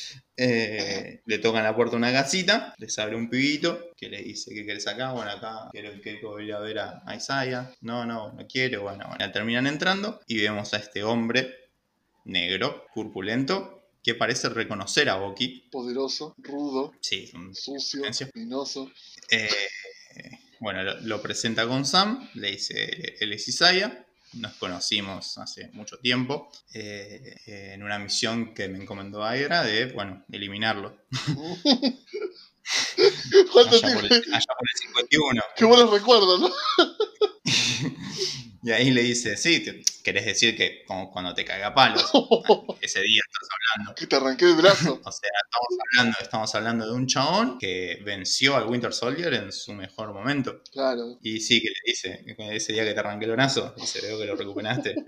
D: Le tocan la puerta a una casita, les abre un pibito que le dice, ¿qué querés acá? Bueno, acá quiero ir a ver a Isaiah. No quiere. Bueno, terminan entrando y vemos a este hombre negro, corpulento, que parece reconocer a Bucky.
C: Poderoso, rudo,
D: sí,
C: sucio, vinoso.
D: Bueno, lo presenta con Sam, le dice, él es Isaiah. Nos conocimos hace mucho tiempo en una misión que me encomendó Aira de, eliminarlo. allá por el 51.
C: Qué buenos recuerdos, ¿no?
D: Y ahí le dice, sí, querés decir que cuando te caga palos, ese día estás hablando.
C: Que te arranqué el brazo.
D: O sea, estamos hablando de un chabón que venció al Winter Soldier en su mejor momento.
C: Claro.
D: Y sí, que le dice, ese día que te arranqué el brazo, dice, veo que lo recuperaste.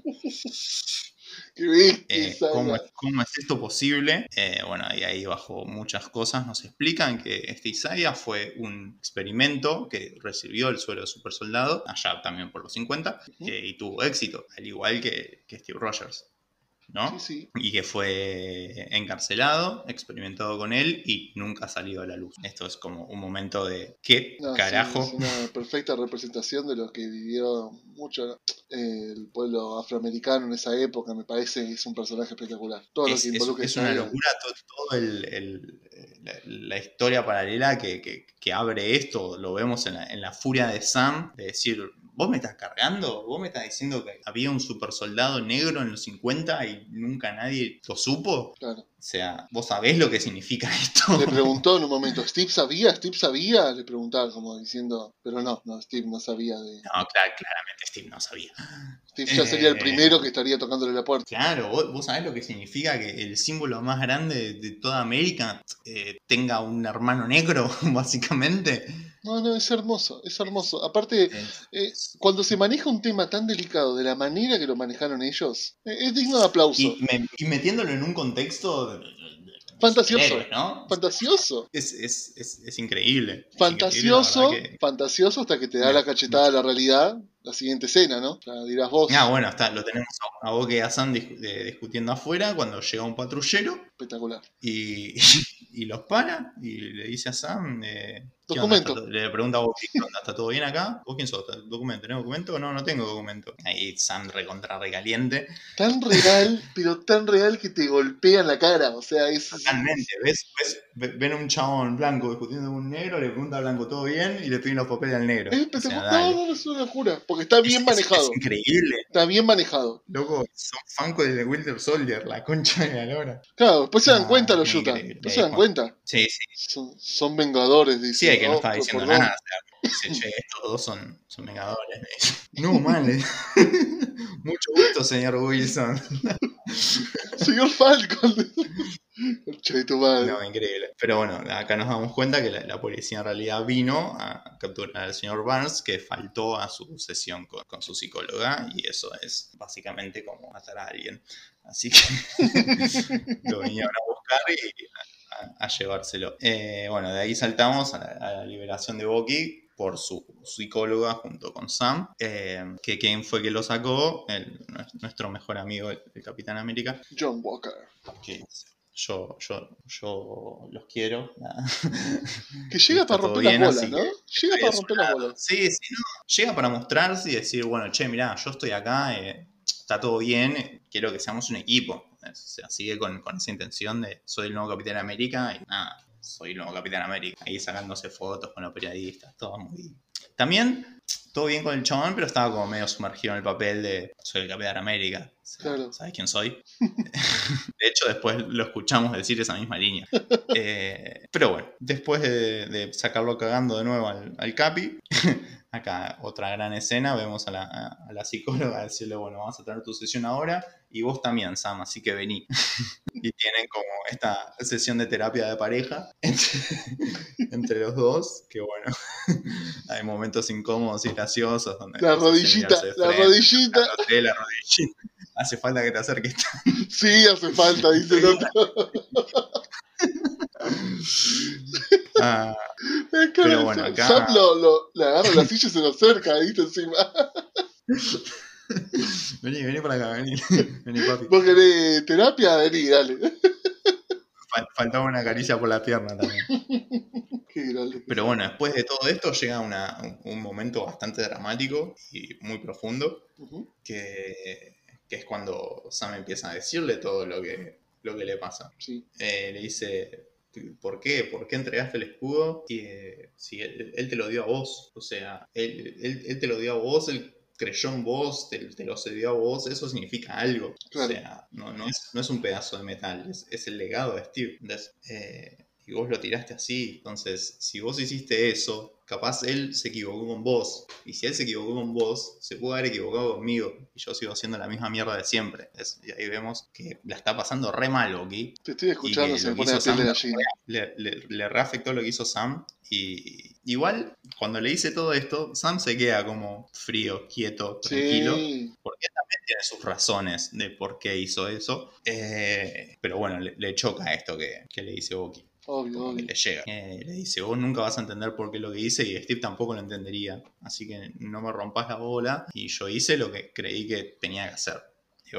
D: ¿Cómo es esto posible? Y ahí bajo muchas cosas nos explican que este Isaiah fue un experimento que recibió el suelo de super soldado, allá también por los 50, y tuvo éxito, al igual que Steve Rogers. ¿no?
C: Sí, sí.
D: Y que fue encarcelado, experimentado con él y nunca salió a la luz. Esto es como un momento de ¿qué
C: No, sí, es
D: carajo?
C: una perfecta representación de lo que vivió mucho el pueblo afroamericano en esa época. Me parece que es un personaje espectacular. Todo lo que involucra
D: Es
C: esa
D: una
C: idea.
D: locura todo la historia paralela que abre esto. Lo vemos en la furia de Sam, de decir, vos me estás cargando, vos me estás diciendo que había un super soldado negro en los 50 y nunca nadie lo supo.
C: Claro.
D: O sea, vos sabés lo que significa
C: Le
D: esto.
C: preguntó en un momento, ¿Steve sabía? ¿Steve sabía? Le preguntaba como diciendo, pero no, Steve no sabía de...
D: No, claramente Steve no sabía.
C: Steve ya sería el
D: Eh,
C: primero que estaría tocándole la puerta.
D: Claro, vos sabés lo que significa que el símbolo más grande de toda América tenga un hermano negro, básicamente.
C: No, es hermoso, es hermoso. Aparte,
D: Es- es-
C: cuando se maneja un tema tan delicado de la manera que lo manejaron ellos, es digno de aplauso.
D: y metiéndolo en un contexto de
C: Fantasioso,
D: superhéroes, ¿no? O sea,
C: fantasioso.
D: es increíble. Es increíble, la verdad
C: Fantasioso,
D: que
C: fantasioso hasta que te da
D: me
C: la
D: gusta
C: cachetada a
D: mucho.
C: la realidad, la siguiente escena, ¿no? Ya dirás vos,
D: Bueno, lo tenemos a Boca y a Sam discutiendo afuera cuando llega un patrullero
C: espectacular.
D: y, y los para y le dice a Sam, ¿qué onda?
C: Documento.
D: Le pregunta a Bucky, ¿qué onda? ¿Está todo bien acá? ¿Vos quién sos? ¿Documento? ¿Tenés documento? No, no tengo documento. Ahí Sam recontra recaliente.
C: Tan real, pero tan real que te golpea en la cara. O sea,
D: Totalmente. Ven a un chabón blanco discutiendo con un negro, le pregunta al blanco todo bien y le piden los papeles al negro.
C: es
D: O sea,
C: espectacular.
D: dale.
C: No, es una locura. Porque está bien
D: Es
C: manejado.
D: increíble.
C: Está bien manejado.
D: Loco, son fancos de The Winter Soldier, la concha de la lora.
C: Claro, después se dan
D: No,
C: cuenta
D: es
C: los
D: muy
C: Utah.
D: increíble.
C: Después se dan cuenta.
D: Sí, sí.
C: Son vengadores,
D: Sí,
C: dice.
D: hay que no
C: Oh,
D: estaba diciendo
C: perdón.
D: nada. O sea, dice, che, estos dos son vengadores. Me dice. No, mal. Mucho gusto, señor Wilson.
C: Señor Falcon. Concha de tu madre.
D: No, increíble. Pero bueno, acá nos damos cuenta que la policía en realidad vino a capturar al señor Barnes, que faltó a su sesión con su psicóloga, y eso es básicamente como matar a alguien. Así que lo vinieron a buscar y a llevárselo. Bueno, de ahí saltamos a la liberación de Bucky por su psicóloga junto con Sam, que quién fue que lo sacó, nuestro mejor amigo, el Capitán América.
C: John Walker.
D: Que yo los quiero.
C: Que
D: Y
C: llega
D: está
C: para
D: todo
C: romper las
D: bien,
C: bolas,
D: así
C: ¿no?
D: que
C: Llega
D: estoy
C: para
D: de su
C: romper las
D: lado.
C: bolas.
D: Sí, no. Llega para mostrarse y decir, bueno, che, mirá, yo estoy acá, está todo bien, quiero que seamos un equipo. O sea, sigue con esa intención de soy el nuevo Capitán América y nada, soy el nuevo Capitán América. Ahí sacándose fotos con los periodistas, todo muy... También, todo bien con el chabón, pero estaba como medio sumergido en el papel de soy el Capitán América. O sea,
C: Claro.
D: ¿sabes quién soy? De hecho, después lo escuchamos decir esa misma línea. Pero bueno, después de sacarlo cagando de nuevo al Capi, acá otra gran escena, vemos a la psicóloga decirle, bueno, vamos a tener tu sesión ahora y vos también, Sam, así que vení. Y tienen como esta sesión de terapia de pareja entre los dos, que bueno, hay momentos incómodos y graciosos donde
C: La
D: se hacen
C: rodillita,
D: mirarse de
C: la
D: frente,
C: rodillita.
D: tocándote la rodillita. Hace falta que te acerques.
C: Sí, hace falta, dice el otro.
D: Ah,
C: Es que
D: pero bueno, acá...
C: Sam le agarra la silla y se lo acerca, ¿viste? Encima.
D: Vení para acá, vení papi.
C: ¿Vos querés terapia? Vení, dale.
D: Faltaba una caricia por la pierna también.
C: Qué grande.
D: Pero bueno, después de todo esto llega un momento bastante dramático y muy profundo,
C: Uh-huh.
D: que es cuando Sam empieza a decirle todo lo que le pasa.
C: Sí.
D: Le dice, ¿por qué? ¿Por qué entregaste el escudo? Y si él te lo dio a vos, o sea, él te lo dio a vos, él creyó en vos, te lo cedió a vos, eso significa algo.
C: Claro.
D: O sea, no es un pedazo de metal, es el legado de Steve. Entonces, y vos lo tiraste así, entonces, si vos hiciste eso, capaz él se equivocó con vos. Y si él se equivocó con vos, se pudo haber equivocado conmigo. Y yo sigo haciendo la misma mierda de siempre. Y ahí vemos que la está pasando re mal, Loki.
C: Te estoy escuchando, se me pone la piel de gallina.
D: Le reafectó lo que hizo Sam. Y igual, cuando le dice todo esto, Sam se queda como frío, quieto, tranquilo.
C: Sí.
D: Porque él también tiene sus razones de por qué hizo eso. Pero bueno, le choca esto que le dice Bucky.
C: Obvio.
D: Que le llega. Le dice, vos nunca vas a entender por qué lo que hice y Steve tampoco lo entendería. Así que no me rompas la bola. Y yo hice lo que creí que tenía que hacer. Y bueno,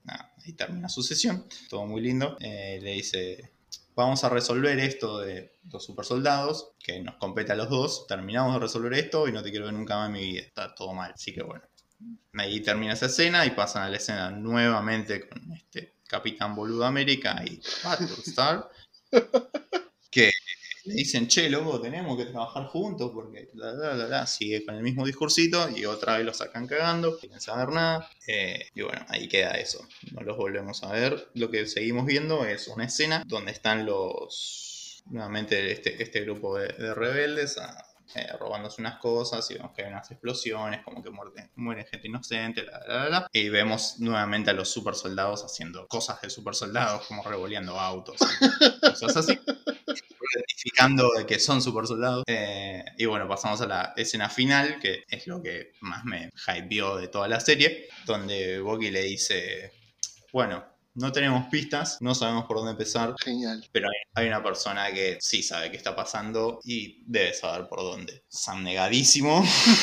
D: nada, ahí termina su sesión, todo muy lindo. Le dice, vamos a resolver esto de los super soldados, que nos compete a los dos, terminamos de resolver esto y no te quiero ver nunca más en mi vida, está todo mal, así que bueno. Ahí termina esa escena y pasan a la escena nuevamente con Capitán Boludo América y Battlestar, que le dicen, che, loco, tenemos que trabajar juntos porque sigue con el mismo discursito y otra vez lo sacan cagando, no quieren saber nada. Y bueno, ahí queda eso. No los volvemos a ver. Lo que seguimos viendo es una escena donde están nuevamente este grupo de rebeldes robándose unas cosas y vemos que hay unas explosiones, como que muere gente inocente, y vemos nuevamente a los super soldados haciendo cosas de super soldados, como revoleando autos y cosas así, identificando de que son super soldados. Y bueno, pasamos a la escena final, que es lo que más me hypeó de toda la serie, donde Bucky le dice, bueno, no tenemos pistas, no sabemos por dónde empezar.
C: Genial.
D: Pero hay una persona que sí sabe qué está pasando y debe saber por dónde. Sam negadísimo.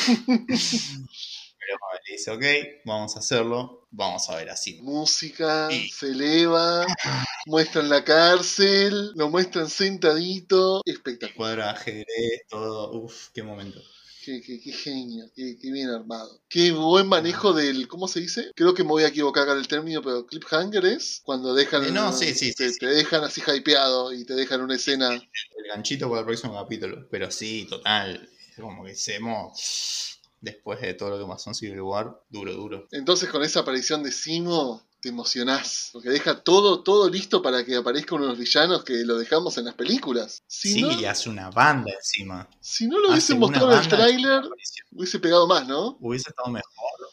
D: Pero le dice, ok, vamos a hacerlo, vamos a ver así.
C: Música, se eleva, muestran la cárcel, lo muestran sentadito, espectacular.
D: Cuadro de ajedrez, todo, uff, qué momento.
C: Qué genio, qué bien armado. Qué buen manejo del, ¿cómo se dice? Creo que me voy a equivocar con el término, pero cliffhanger es cuando dejan, te dejan así hypeado y te dejan una escena.
D: El ganchito para el próximo capítulo, pero sí, total, es como que después de todo lo que pasó en Civil War, duro.
C: Entonces con esa aparición de Simo te emocionás, porque deja todo listo para que aparezca uno de los villanos que lo dejamos en las películas.
D: Y hace una banda encima.
C: Si no lo hubiesen mostrado en el tráiler, hubiese pegado más, ¿no?
D: Hubiese estado mejor.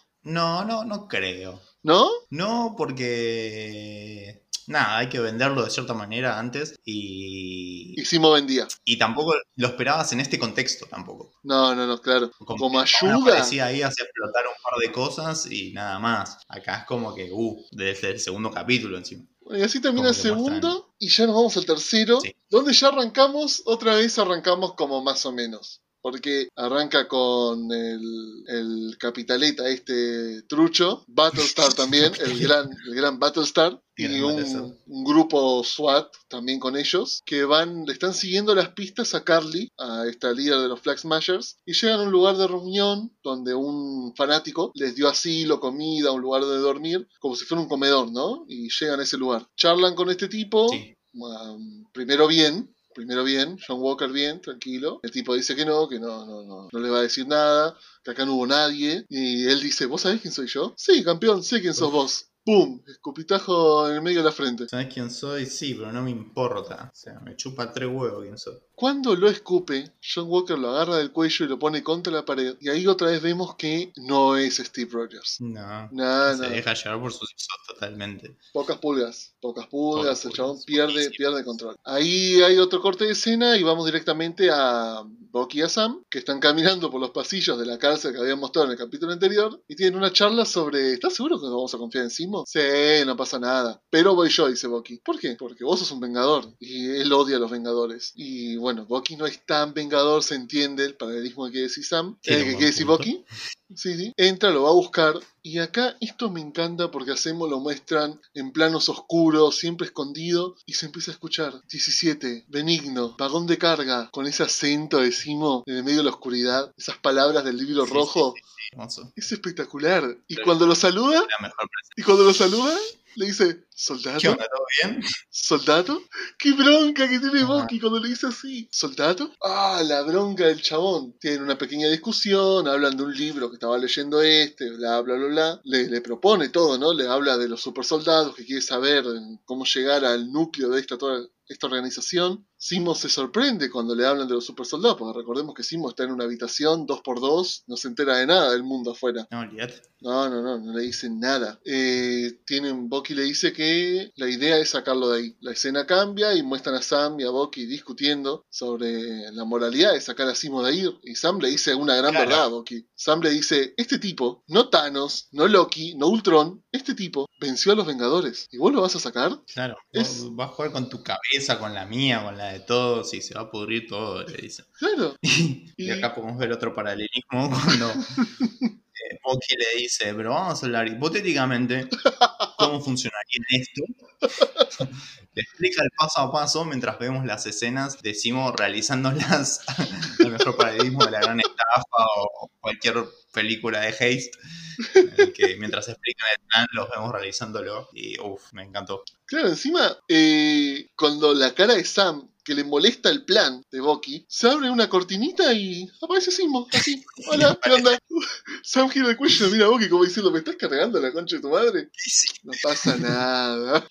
D: No creo.
C: ¿No?
D: No, porque... Nada, hay que venderlo de cierta manera antes y
C: Simo vendía.
D: Y tampoco lo esperabas en este contexto tampoco.
C: No, claro. Como ayuda.
D: Aparecía ahí, hacía explotar un par de cosas y nada más. Acá es como que, desde el segundo capítulo encima.
C: Bueno, y así termina el segundo y ya nos vamos al tercero, sí. Donde ya otra vez arrancamos como más o menos. Porque arranca con el capitaleta trucho, Battlestar también, el gran Battlestar, y un grupo SWAT también con ellos, que le están siguiendo las pistas a Carly, a esta líder de los Flag Smashers, y llegan a un lugar de reunión donde un fanático les dio asilo, comida, un lugar de dormir, como si fuera un comedor, ¿no? Y llegan a ese lugar. Charlan con este tipo, sí. Primero bien, John Walker bien, tranquilo. El tipo dice que no le va a decir nada, que acá no hubo nadie. Y él dice, ¿vos sabés quién soy yo? Sí, campeón, sé quién sos vos. ¡Pum! Escupitajo en el medio de la frente.
D: ¿Sabés quién soy? Sí, pero no me importa. O sea, me chupa 3 huevos quién soy.
C: Cuando lo escupe, John Walker lo agarra del cuello y lo pone contra la pared. Y ahí otra vez vemos que no es Steve Rogers.
D: No. Se deja llevar por sus hijos totalmente.
C: Pocas pulgas. El chabón pierde control. Ahí hay otro corte de escena y vamos directamente a Bucky y a Sam, que están caminando por los pasillos de la cárcel que habían mostrado en el capítulo anterior y tienen una charla sobre, ¿estás seguro que nos vamos a confiar en Simo? Sí, no pasa nada. Pero voy yo, dice Bucky. ¿Por qué? Porque vos sos un vengador y él odia a los vengadores. Y bueno, Bucky no es tan vengador, se entiende el paralelismo que quiere decir Sam, que quiere decir Bucky. Sí. Entra, lo va a buscar. Y acá esto me encanta porque lo muestran en planos oscuros, siempre escondido, y se empieza a escuchar 17, benigno, vagón de carga, con ese acento de Simo en el medio de la oscuridad, esas palabras del libro rojo.
D: Sí.
C: Es espectacular. Y cuando lo saluda, le dice, ¿soldado?
D: ¿Qué onda? ¿Todo bien?
C: ¿Soldado? ¡Qué bronca que tiene Bucky cuando le dice así! ¿Soldado? La bronca del chabón. Tienen una pequeña discusión, hablan de un libro que estaba leyendo bla. Le propone todo, ¿no? Le habla de los super soldados, que quiere saber cómo llegar al núcleo de esta organización. Simo se sorprende cuando le hablan de los super soldados, porque recordemos que Simo está en una habitación 2x2, no se entera de nada del mundo afuera.
D: No, olvídate.
C: No le dicen nada. Bucky le dice que la idea es sacarlo de ahí. La escena cambia y muestran a Sam y a Bucky discutiendo sobre la moralidad de sacar a Simo de ahí. Y Sam le dice una gran verdad a Bucky. Sam le dice, este tipo, no Thanos, no Loki, no Ultron, este tipo venció a los Vengadores. ¿Y vos lo vas a sacar?
D: Claro, vas a jugar con tu cabeza, con la mía, con la de todos, y se va a pudrir todo, le dice.
C: Claro.
D: Y acá podemos ver otro paralelismo cuando Bucky le dice, pero vamos a hablar hipotéticamente. cómo funcionaría esto. Le explica el paso a paso mientras vemos las escenas de Simo realizándolas al mejor paradigma de la gran estafa o cualquier película de Heist, en el que mientras explican el plan los vemos realizándolo y me encantó.
C: Claro, encima, cuando la cara de Sam, que le molesta el plan de Bucky, se abre una cortinita y aparece Simo, así. Hola, ¿qué onda? Sam gira el cuello y mira a Bucky como diciendo, ¿me estás cargando la concha de tu madre? No pasa nada.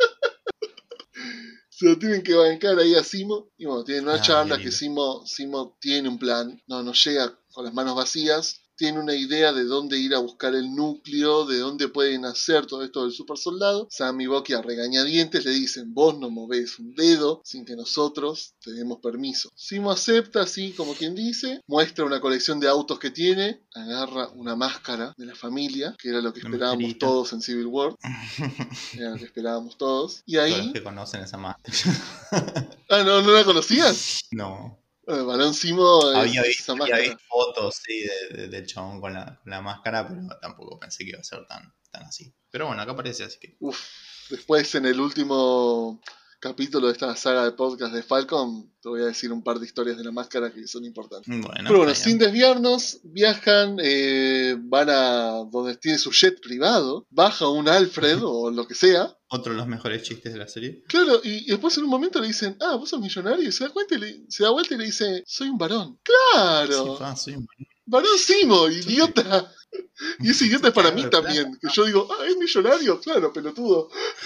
C: Se lo tienen que bancar ahí a Simo. Y bueno, tienen una charla que Simo tiene un plan. No llega con las manos vacías. Tiene una idea de dónde ir a buscar el núcleo, de dónde pueden hacer todo esto del super soldado. Sam y Bucky a regañadientes le dicen, vos no movés un dedo sin que nosotros te demos permiso. Simo acepta, así como quien dice, muestra una colección de autos que tiene, agarra una máscara de la familia, que era lo que esperábamos todos en Civil War. Era lo que esperábamos todos. Y ahí...
D: Todos los que conocen esa máscara.
C: Ah, ¿no la conocías?
D: No.
C: Barón Simo
D: había visto fotos, sí, del chabón con la máscara, pero tampoco pensé que iba a ser tan así. Pero bueno, acá aparece, así que...
C: Después en el último capítulo de esta saga de podcast de Falcon, te voy a decir un par de historias de la máscara que son importantes. Pero bueno, sin desviarnos, viajan, van a donde tiene su jet privado, baja un Alfred o lo que sea.
D: Otro de los mejores chistes de la serie.
C: Claro, y después en un momento le dicen, vos sos millonario, y se da vuelta y le dice, soy un varón. ¡Claro!
D: Sí, soy un varón.
C: Varón Simo, idiota. Y ese idiota es para mí también. Que yo digo, es millonario, claro, pelotudo.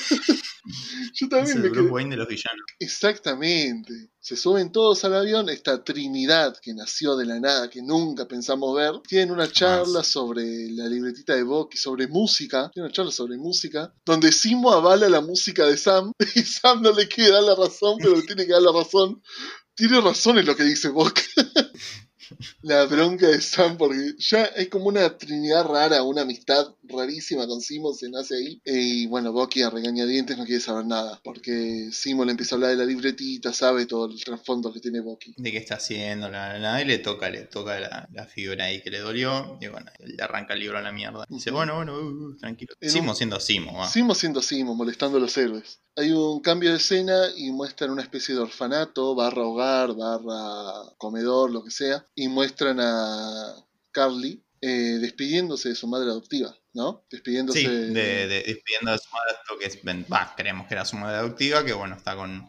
C: Yo también me
D: quedé. Bruce Wayne de los villanos.
C: Exactamente. Se suben todos al avión. Esta Trinidad que nació de la nada, que nunca pensamos ver, tienen una charla sobre la libretita de Bucky, sobre música. Tienen una charla sobre música, donde Simo avala la música de Sam. Y Sam no le quiere dar la razón, pero le tiene que dar la razón. Tiene razón en lo que dice Bucky. La bronca de Sam, porque ya es como una trinidad rara, una amistad rarísima con Simo, se nace ahí. Y bueno, Bucky a regañadientes no quiere saber nada, porque Simo le empieza a hablar de la libretita, sabe todo el trasfondo que tiene Bucky.
D: De qué está haciendo, y le toca la fibra ahí que le dolió, y bueno, le arranca el libro a la mierda. Dice, bueno, tranquilo. Simo siendo Simo, va.
C: Simo siendo Simo, molestando a los héroes. Hay un cambio de escena y muestran una especie de orfanato, barra hogar, barra comedor, lo que sea. Y muestran a Carly despidiéndose de su madre adoptiva, ¿no? Despidiéndose...
D: Sí, despidiendo de su madre, lo que es, creemos que era su madre adoptiva, que bueno, está con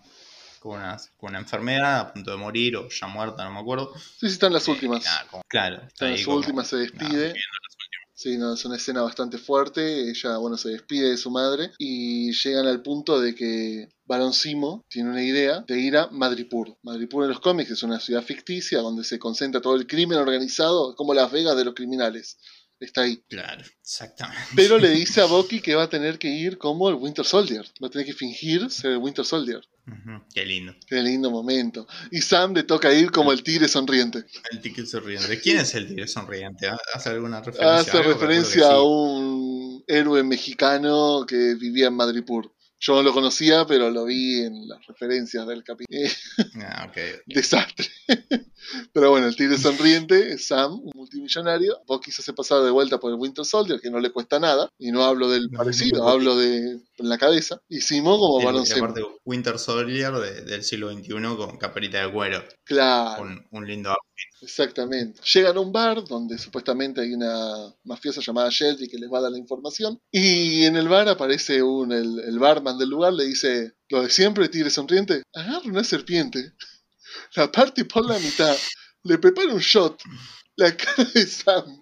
D: una enfermedad a punto de morir o ya muerta, no me acuerdo.
C: Sí, están las últimas.
D: Claro.
C: Está en las últimas, se despide. Sí, es una escena bastante fuerte. Ella, se despide de su madre y llegan al punto de que Barón Simo tiene una idea de ir a Madripoor. Madripoor en los cómics es una ciudad ficticia donde se concentra todo el crimen organizado, como Las Vegas de los criminales. Está ahí.
D: Claro, exactamente.
C: Pero le dice a Bucky que va a tener que ir como el Winter Soldier. Va a tener que fingir ser el Winter Soldier.
D: Qué lindo.
C: Qué lindo momento. Y Sam le toca ir como el tigre sonriente.
D: El tigre sonriente. ¿Quién es el tigre sonriente? ¿Hace alguna referencia?
C: Hace referencia a un héroe mexicano que vivía en Madripoor. Yo no lo conocía, pero lo vi en las referencias del capítulo.
D: Okay.
C: Desastre. Pero bueno, el tigre sonriente es Sam, un multimillonario. Bucky se hace pasar de vuelta por el Winter Soldier, que no le cuesta nada. Y no hablo del parecido, hablo de la cabeza. Y Simo como Barón Simo.
D: Aparte, Winter Soldier del siglo XXI con caperita de cuero.
C: Claro.
D: Un lindo outfit.
C: Exactamente. Llegan a un bar donde supuestamente hay una mafiosa llamada Shelby que les va a dar la información. Y en el bar aparece el barman del lugar, le dice, lo de siempre, tigre sonriente, agarra una serpiente, la parte por la mitad, le prepara un shot, la cara de Sam.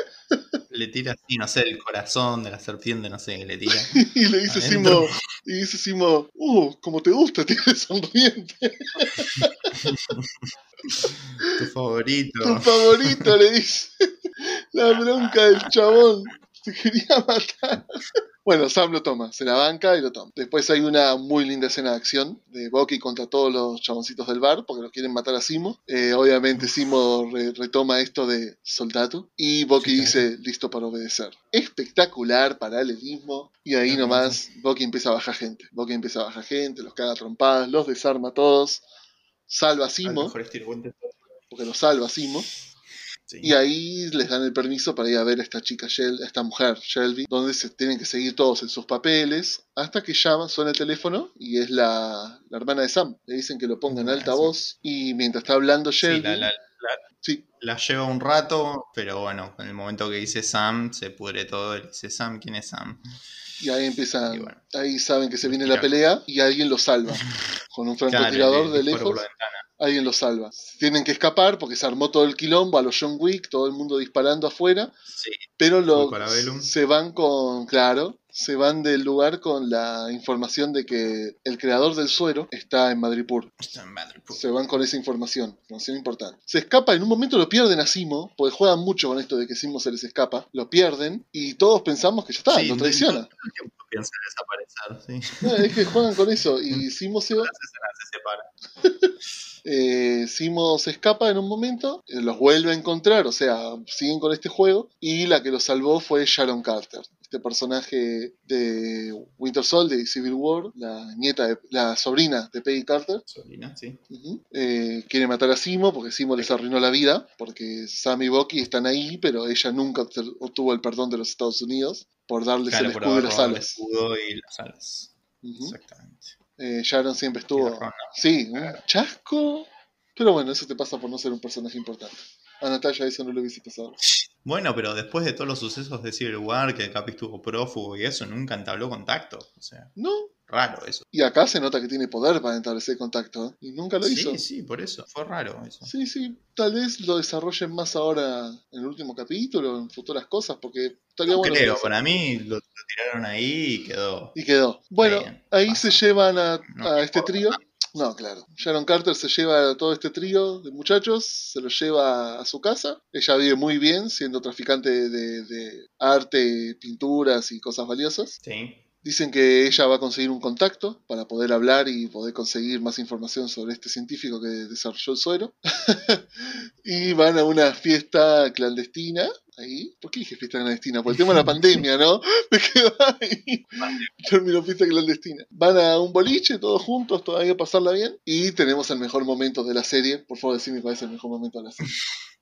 D: Le tira así, no sé, el corazón de la serpiente, no sé, le tira.
C: Y le dice Simo, como te gusta, tigre sonriente.
D: Tu favorito.
C: Tu favorito, le dice. La bronca del chabón. Se quería matar. Bueno, Sam lo toma, se la banca y lo toma. Después hay una muy linda escena de acción de Bucky contra todos los chaboncitos del bar porque los quieren matar a Simo. Obviamente Simo retoma esto de soldado y Bucky dice, listo para obedecer. Espectacular paralelismo. Y ahí nomás Bucky empieza a bajar gente. Los caga a trompadas, los desarma a todos. Salva a Simo. Porque lo salva a Simo.
D: Sí.
C: Y ahí les dan el permiso para ir a ver a esta chica, a esta mujer, Shelby, donde se tienen que seguir todos en sus papeles, hasta que suena el teléfono y es la hermana de Sam. Le dicen que lo ponga en altavoz y mientras está hablando Shelby...
D: Sí, la lleva un rato, pero bueno, en el momento que dice Sam, se pudre todo. Y dice, Sam, ¿quién es Sam?
C: Y ahí empiezan,
D: y bueno,
C: ahí saben que se viene la pelea y alguien lo salva. Con un francotirador de lejos, alguien lo salva. Tienen que escapar porque se armó todo el quilombo a los John Wick, todo el mundo disparando afuera.
D: Sí,
C: pero se van del lugar con la información de que el creador del suero está en Madripoor. Se van con esa información importante. Se escapa, en un momento lo pierden a Simo, porque juegan mucho con esto de que Simo se les escapa. Lo pierden y todos pensamos que ya está, lo traiciona.
D: Todo el tiempo piensan desaparecer, sí.
C: No, es que juegan con eso y Simo se va.
D: Se separa.
C: Simo se escapa en un momento, los vuelve a encontrar, o sea, siguen con este juego, y la que los salvó fue Sharon Carter, este personaje de Winter Soldier de Civil War, la sobrina de Peggy Carter.
D: Sobrina, sí.
C: Quiere matar a Simo porque Simo les arruinó la vida, porque Sam y Bucky están ahí, pero ella nunca obtuvo el perdón de los Estados Unidos por darles el escudo y las alas.
D: El escudo y las alas. Exactamente.
C: Sharon siempre estuvo... Sí, un chasco. Pero bueno, eso te pasa por no ser un personaje importante. A Natalia eso no le hubiese pasado.
D: Bueno, pero después de todos los sucesos de Civil War, que el Capi estuvo prófugo y eso, nunca entabló contacto. O sea,
C: no.
D: Raro eso.
C: Y acá se nota que tiene poder para establecer contacto, ¿eh? Y nunca lo hizo.
D: Sí, por eso. Fue raro eso.
C: Sí. Tal vez lo desarrollen más ahora en el último capítulo, en futuras cosas, porque estaría
D: no
C: bueno.
D: Creo, para mí lo tiraron ahí y
C: quedó. Bueno, bien, ahí se llevan a este trío. No, claro. Sharon Carter se lleva a todo este trío de muchachos, se los lleva a su casa. Ella vive muy bien, siendo traficante de arte, pinturas y cosas valiosas.
D: Sí.
C: Dicen que ella va a conseguir un contacto para poder hablar y poder conseguir más información sobre este científico que desarrolló el suero. Y van a una fiesta clandestina. Ahí, ¿por qué dije fiesta clandestina? Por el tema de la pandemia, ¿no? Me quedo ahí. Terminó fiesta clandestina. Van a un boliche, todos juntos, todavía a pasarla bien. Y tenemos el mejor momento de la serie. Por favor, decime cuál es el mejor momento de la serie.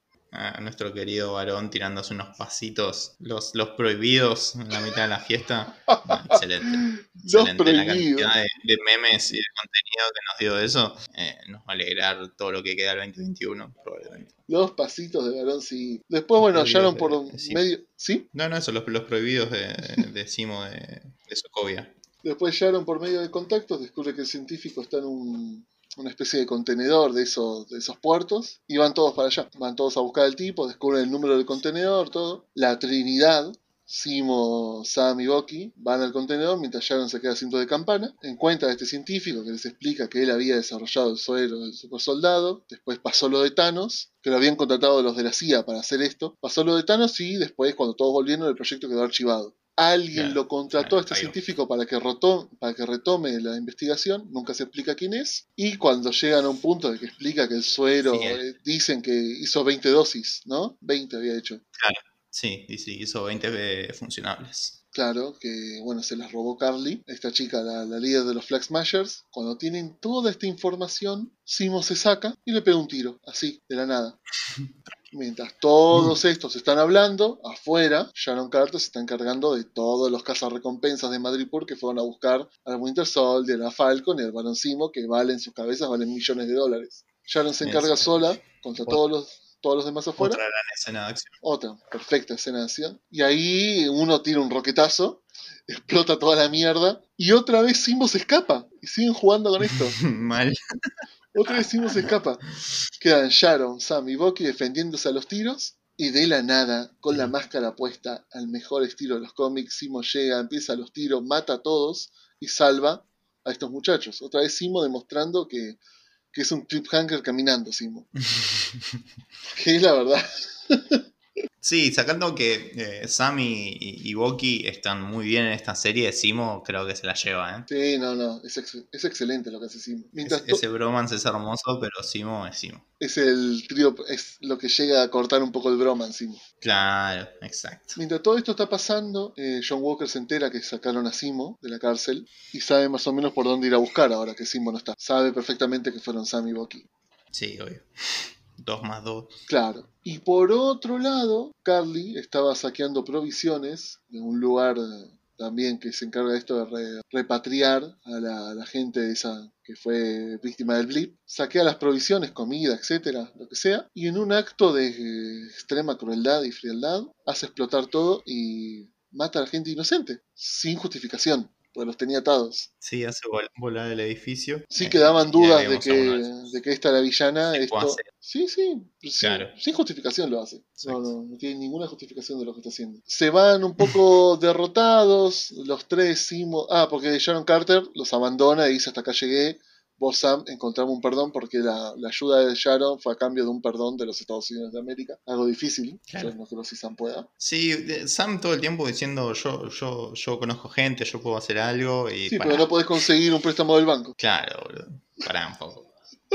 D: A nuestro querido varón tirándose unos pasitos, los prohibidos en la mitad de la fiesta. Excelente.
C: Los prohibidos.
D: La cantidad de memes y de contenido que nos dio eso nos va a alegrar todo lo que queda del 2021, probablemente.
C: Los pasitos de varón, sí. Después, bueno, hallaron por medio... ¿Sí?
D: No, eso, los prohibidos de Simo de Sokovia.
C: Después hallaron por medio de contactos, descubre que el científico está en una especie de contenedor de esos puertos y van todos para allá. Van todos a buscar al tipo, descubren el número del contenedor, todo. La Trinidad, Simo, Sam y Bucky van al contenedor mientras Sharon se queda cinto de campana. Encuentra a este científico que les explica que él había desarrollado el suero del supersoldado. Después pasó lo de Thanos, que lo habían contratado los de la CIA para hacer esto. Pasó lo de Thanos y después, cuando todos volvieron, el proyecto quedó archivado. Alguien lo contrató a este científico para que retome la investigación, nunca se explica quién es, y cuando llegan a un punto de que explica que el suero, dicen que hizo 20 dosis, ¿no? 20 había hecho.
D: Claro, sí, hizo 20 funcionables.
C: Claro, que bueno, se las robó Carly, esta chica, la líder de los Flag Smashers. Cuando tienen toda esta información, Simo se saca y le pega un tiro, así, de la nada. Mientras todos estos están hablando, afuera, Sharon Carter se está encargando de todos los cazarrecompensas de Madripoor que fueron a buscar al Winter Soldier, a Falcon y al Barón Simo, que valen sus cabezas, valen millones de dólares. Sharon se encarga sola contra todos los demás afuera.
D: Otra gran escena de acción.
C: Otra perfecta escena de acción. Y ahí uno tira un roquetazo, explota toda la mierda, y otra vez Simo se escapa. Y siguen jugando con esto.
D: Mal.
C: Otra vez Simo se escapa. Quedan Sharon, Sam y Bucky defendiéndose a los tiros. Y de la nada, con la máscara puesta, al mejor estilo de los cómics, Simo llega, empieza los tiros, mata a todos y salva a estos muchachos. Otra vez Simo demostrando que es un cliffhanger caminando, Simo. Que es la verdad.
D: Sí, sacando que Sam y Bucky están muy bien en esta serie, Simo creo que se la lleva, ¿eh?
C: Sí, no, es excelente lo que hace Simo.
D: Ese bromance es hermoso, pero Simo es Simo.
C: Es el trío, es lo que llega a cortar un poco el bromance, Simo.
D: Claro, exacto.
C: Mientras todo esto está pasando, John Walker se entera que sacaron a Simo de la cárcel y sabe más o menos por dónde ir a buscar ahora que Simo no está. Sabe perfectamente que fueron Sam y Bucky.
D: Sí, obvio. 2+2.
C: Claro. Y por otro lado, Carly estaba saqueando provisiones de un lugar también que se encarga de esto de repatriar a la gente esa que fue víctima del blip. Saquea las provisiones, comida, etcétera, lo que sea. Y en un acto de extrema crueldad y frialdad, hace explotar todo y mata a la gente inocente, sin justificación, porque los tenía atados.
D: Sí, hace volar el edificio.
C: Sí quedaban
D: Y
C: dudas
D: agregamos a uno de
C: de que esta era villana.
D: secuaces.
C: Sí,
D: Claro.
C: sin justificación lo hace.
D: Exacto.
C: No tiene ninguna justificación de lo que está haciendo. Se van un poco derrotados, los tres, Simo. Porque Sharon Carter los abandona y dice hasta acá llegué. Vos, Sam, encontramos un perdón porque la ayuda de Sharon fue a cambio de un perdón de los Estados Unidos de América. Algo difícil.
D: Claro.
C: Yo no creo si Sam pueda.
D: Sí, Sam todo el tiempo diciendo yo conozco gente, yo puedo hacer algo. Y
C: sí, pero no podés conseguir un préstamo del banco.
D: Claro, boludo. Pará un poco.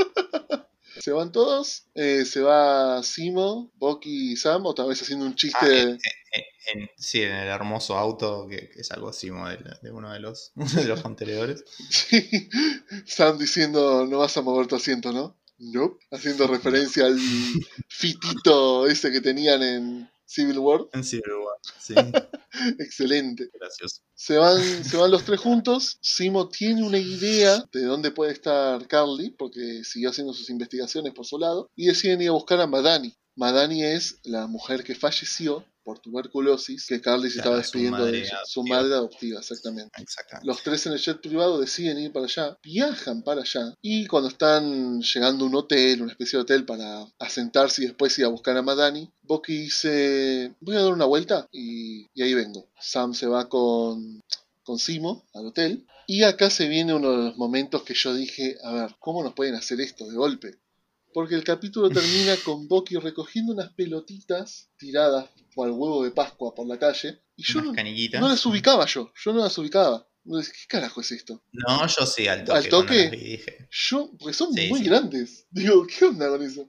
C: Se van todos, se va Simo, Bucky y Sam, otra vez haciendo un chiste.
D: Sí, en el hermoso auto que es algo así de uno de los contenedores.
C: Sí, Sam diciendo, no vas a mover tu asiento, ¿no? Nope. Haciendo referencia al fitito ese que tenían en Civil War.
D: En Civil War, sí.
C: Excelente.
D: Gracioso.
C: Se van los tres juntos. Simo tiene una idea de dónde puede estar Carly, porque siguió haciendo sus investigaciones por su lado, y deciden ir a buscar a Madani. Madani es la mujer que falleció por tuberculosis, que Carly se estaba despidiendo de ella. Su madre adoptiva, exactamente. Los tres en el jet privado deciden ir para allá, viajan para allá, y cuando están llegando a un hotel, una especie de hotel para asentarse y después ir a buscar a Madani, Bucky dice, voy a dar una vuelta y ahí vengo. Sam se va con Simo al hotel, y acá se viene uno de los momentos que yo dije, a ver, ¿cómo nos pueden hacer esto de golpe? Porque el capítulo termina con Bucky recogiendo unas pelotitas tiradas por el huevo de Pascua por la calle. Y yo no las ubicaba no las ubicaba. ¿Qué carajo es esto?
D: No, yo sí, al toque.
C: ¿Al toque?
D: Las vi, dije.
C: Porque son muy grandes. Digo, ¿qué onda con eso?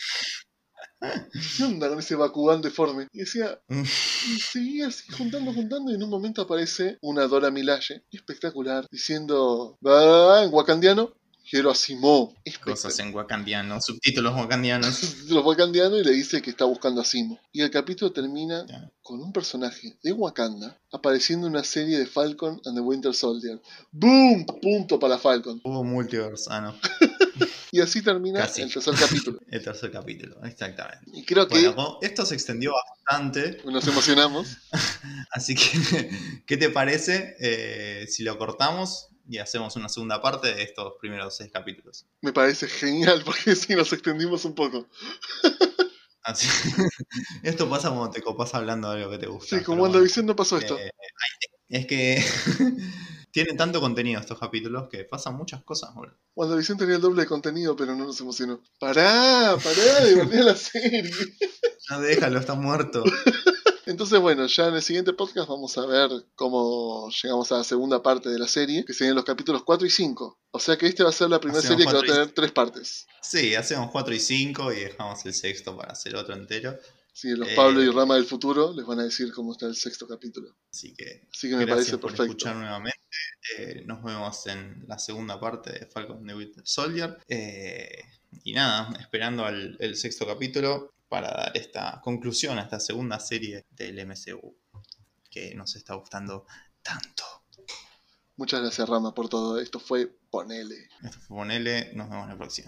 C: ¿Qué onda con ese Bakugán deforme? Y decía, y seguía así juntando, y en un momento aparece una Dora Milaje, espectacular, diciendo, en wakandiano, quiero a Simo.
D: Cosas en wakandiano, subtítulos wakandianos.
C: Los wakandianos, y le dice que está buscando a Simo. Y el capítulo termina con un personaje de Wakanda apareciendo en una serie de Falcon and the Winter Soldier. ¡Boom! Punto para Falcon.
D: Hubo multiversano.
C: Y así termina
D: Casi.
C: El tercer capítulo.
D: El tercer capítulo, exactamente.
C: Y creo que...
D: Bueno, esto se extendió bastante.
C: Nos emocionamos.
D: Así que, ¿qué te parece si lo cortamos y hacemos una segunda parte de estos primeros 6 capítulos?
C: Me parece genial, porque sí nos extendimos un poco.
D: Así, esto pasa cuando te copas hablando de algo que te gusta.
C: Sí, como WandaVision no pasó esto.
D: Es que tienen tanto contenido estos capítulos que pasan muchas cosas, boludo.
C: WandaVision tenía el doble de contenido, pero no nos emocionó. Pará de volver a la serie.
D: No, déjalo, está muerto.
C: Entonces, bueno, ya en el siguiente podcast vamos a ver cómo llegamos a la segunda parte de la serie, que serían los capítulos 4 y 5. O sea que este va a ser la primera serie que va a tener 3 partes.
D: Sí, hacemos 4 y 5 y dejamos el sexto para hacer otro entero.
C: Sí, los Pablo y Rama del futuro les van a decir cómo está el sexto capítulo.
D: Así que
C: me parece
D: por
C: perfecto.
D: Escuchar nuevamente. Nos vemos en la segunda parte de Falcon and the Winter Soldier. Y nada, esperando el sexto capítulo para dar esta conclusión a esta segunda serie del MCU que nos está gustando tanto.
C: Muchas gracias, Rama, por todo. Esto fue Ponele.
D: Esto fue Ponele. Nos vemos la próxima.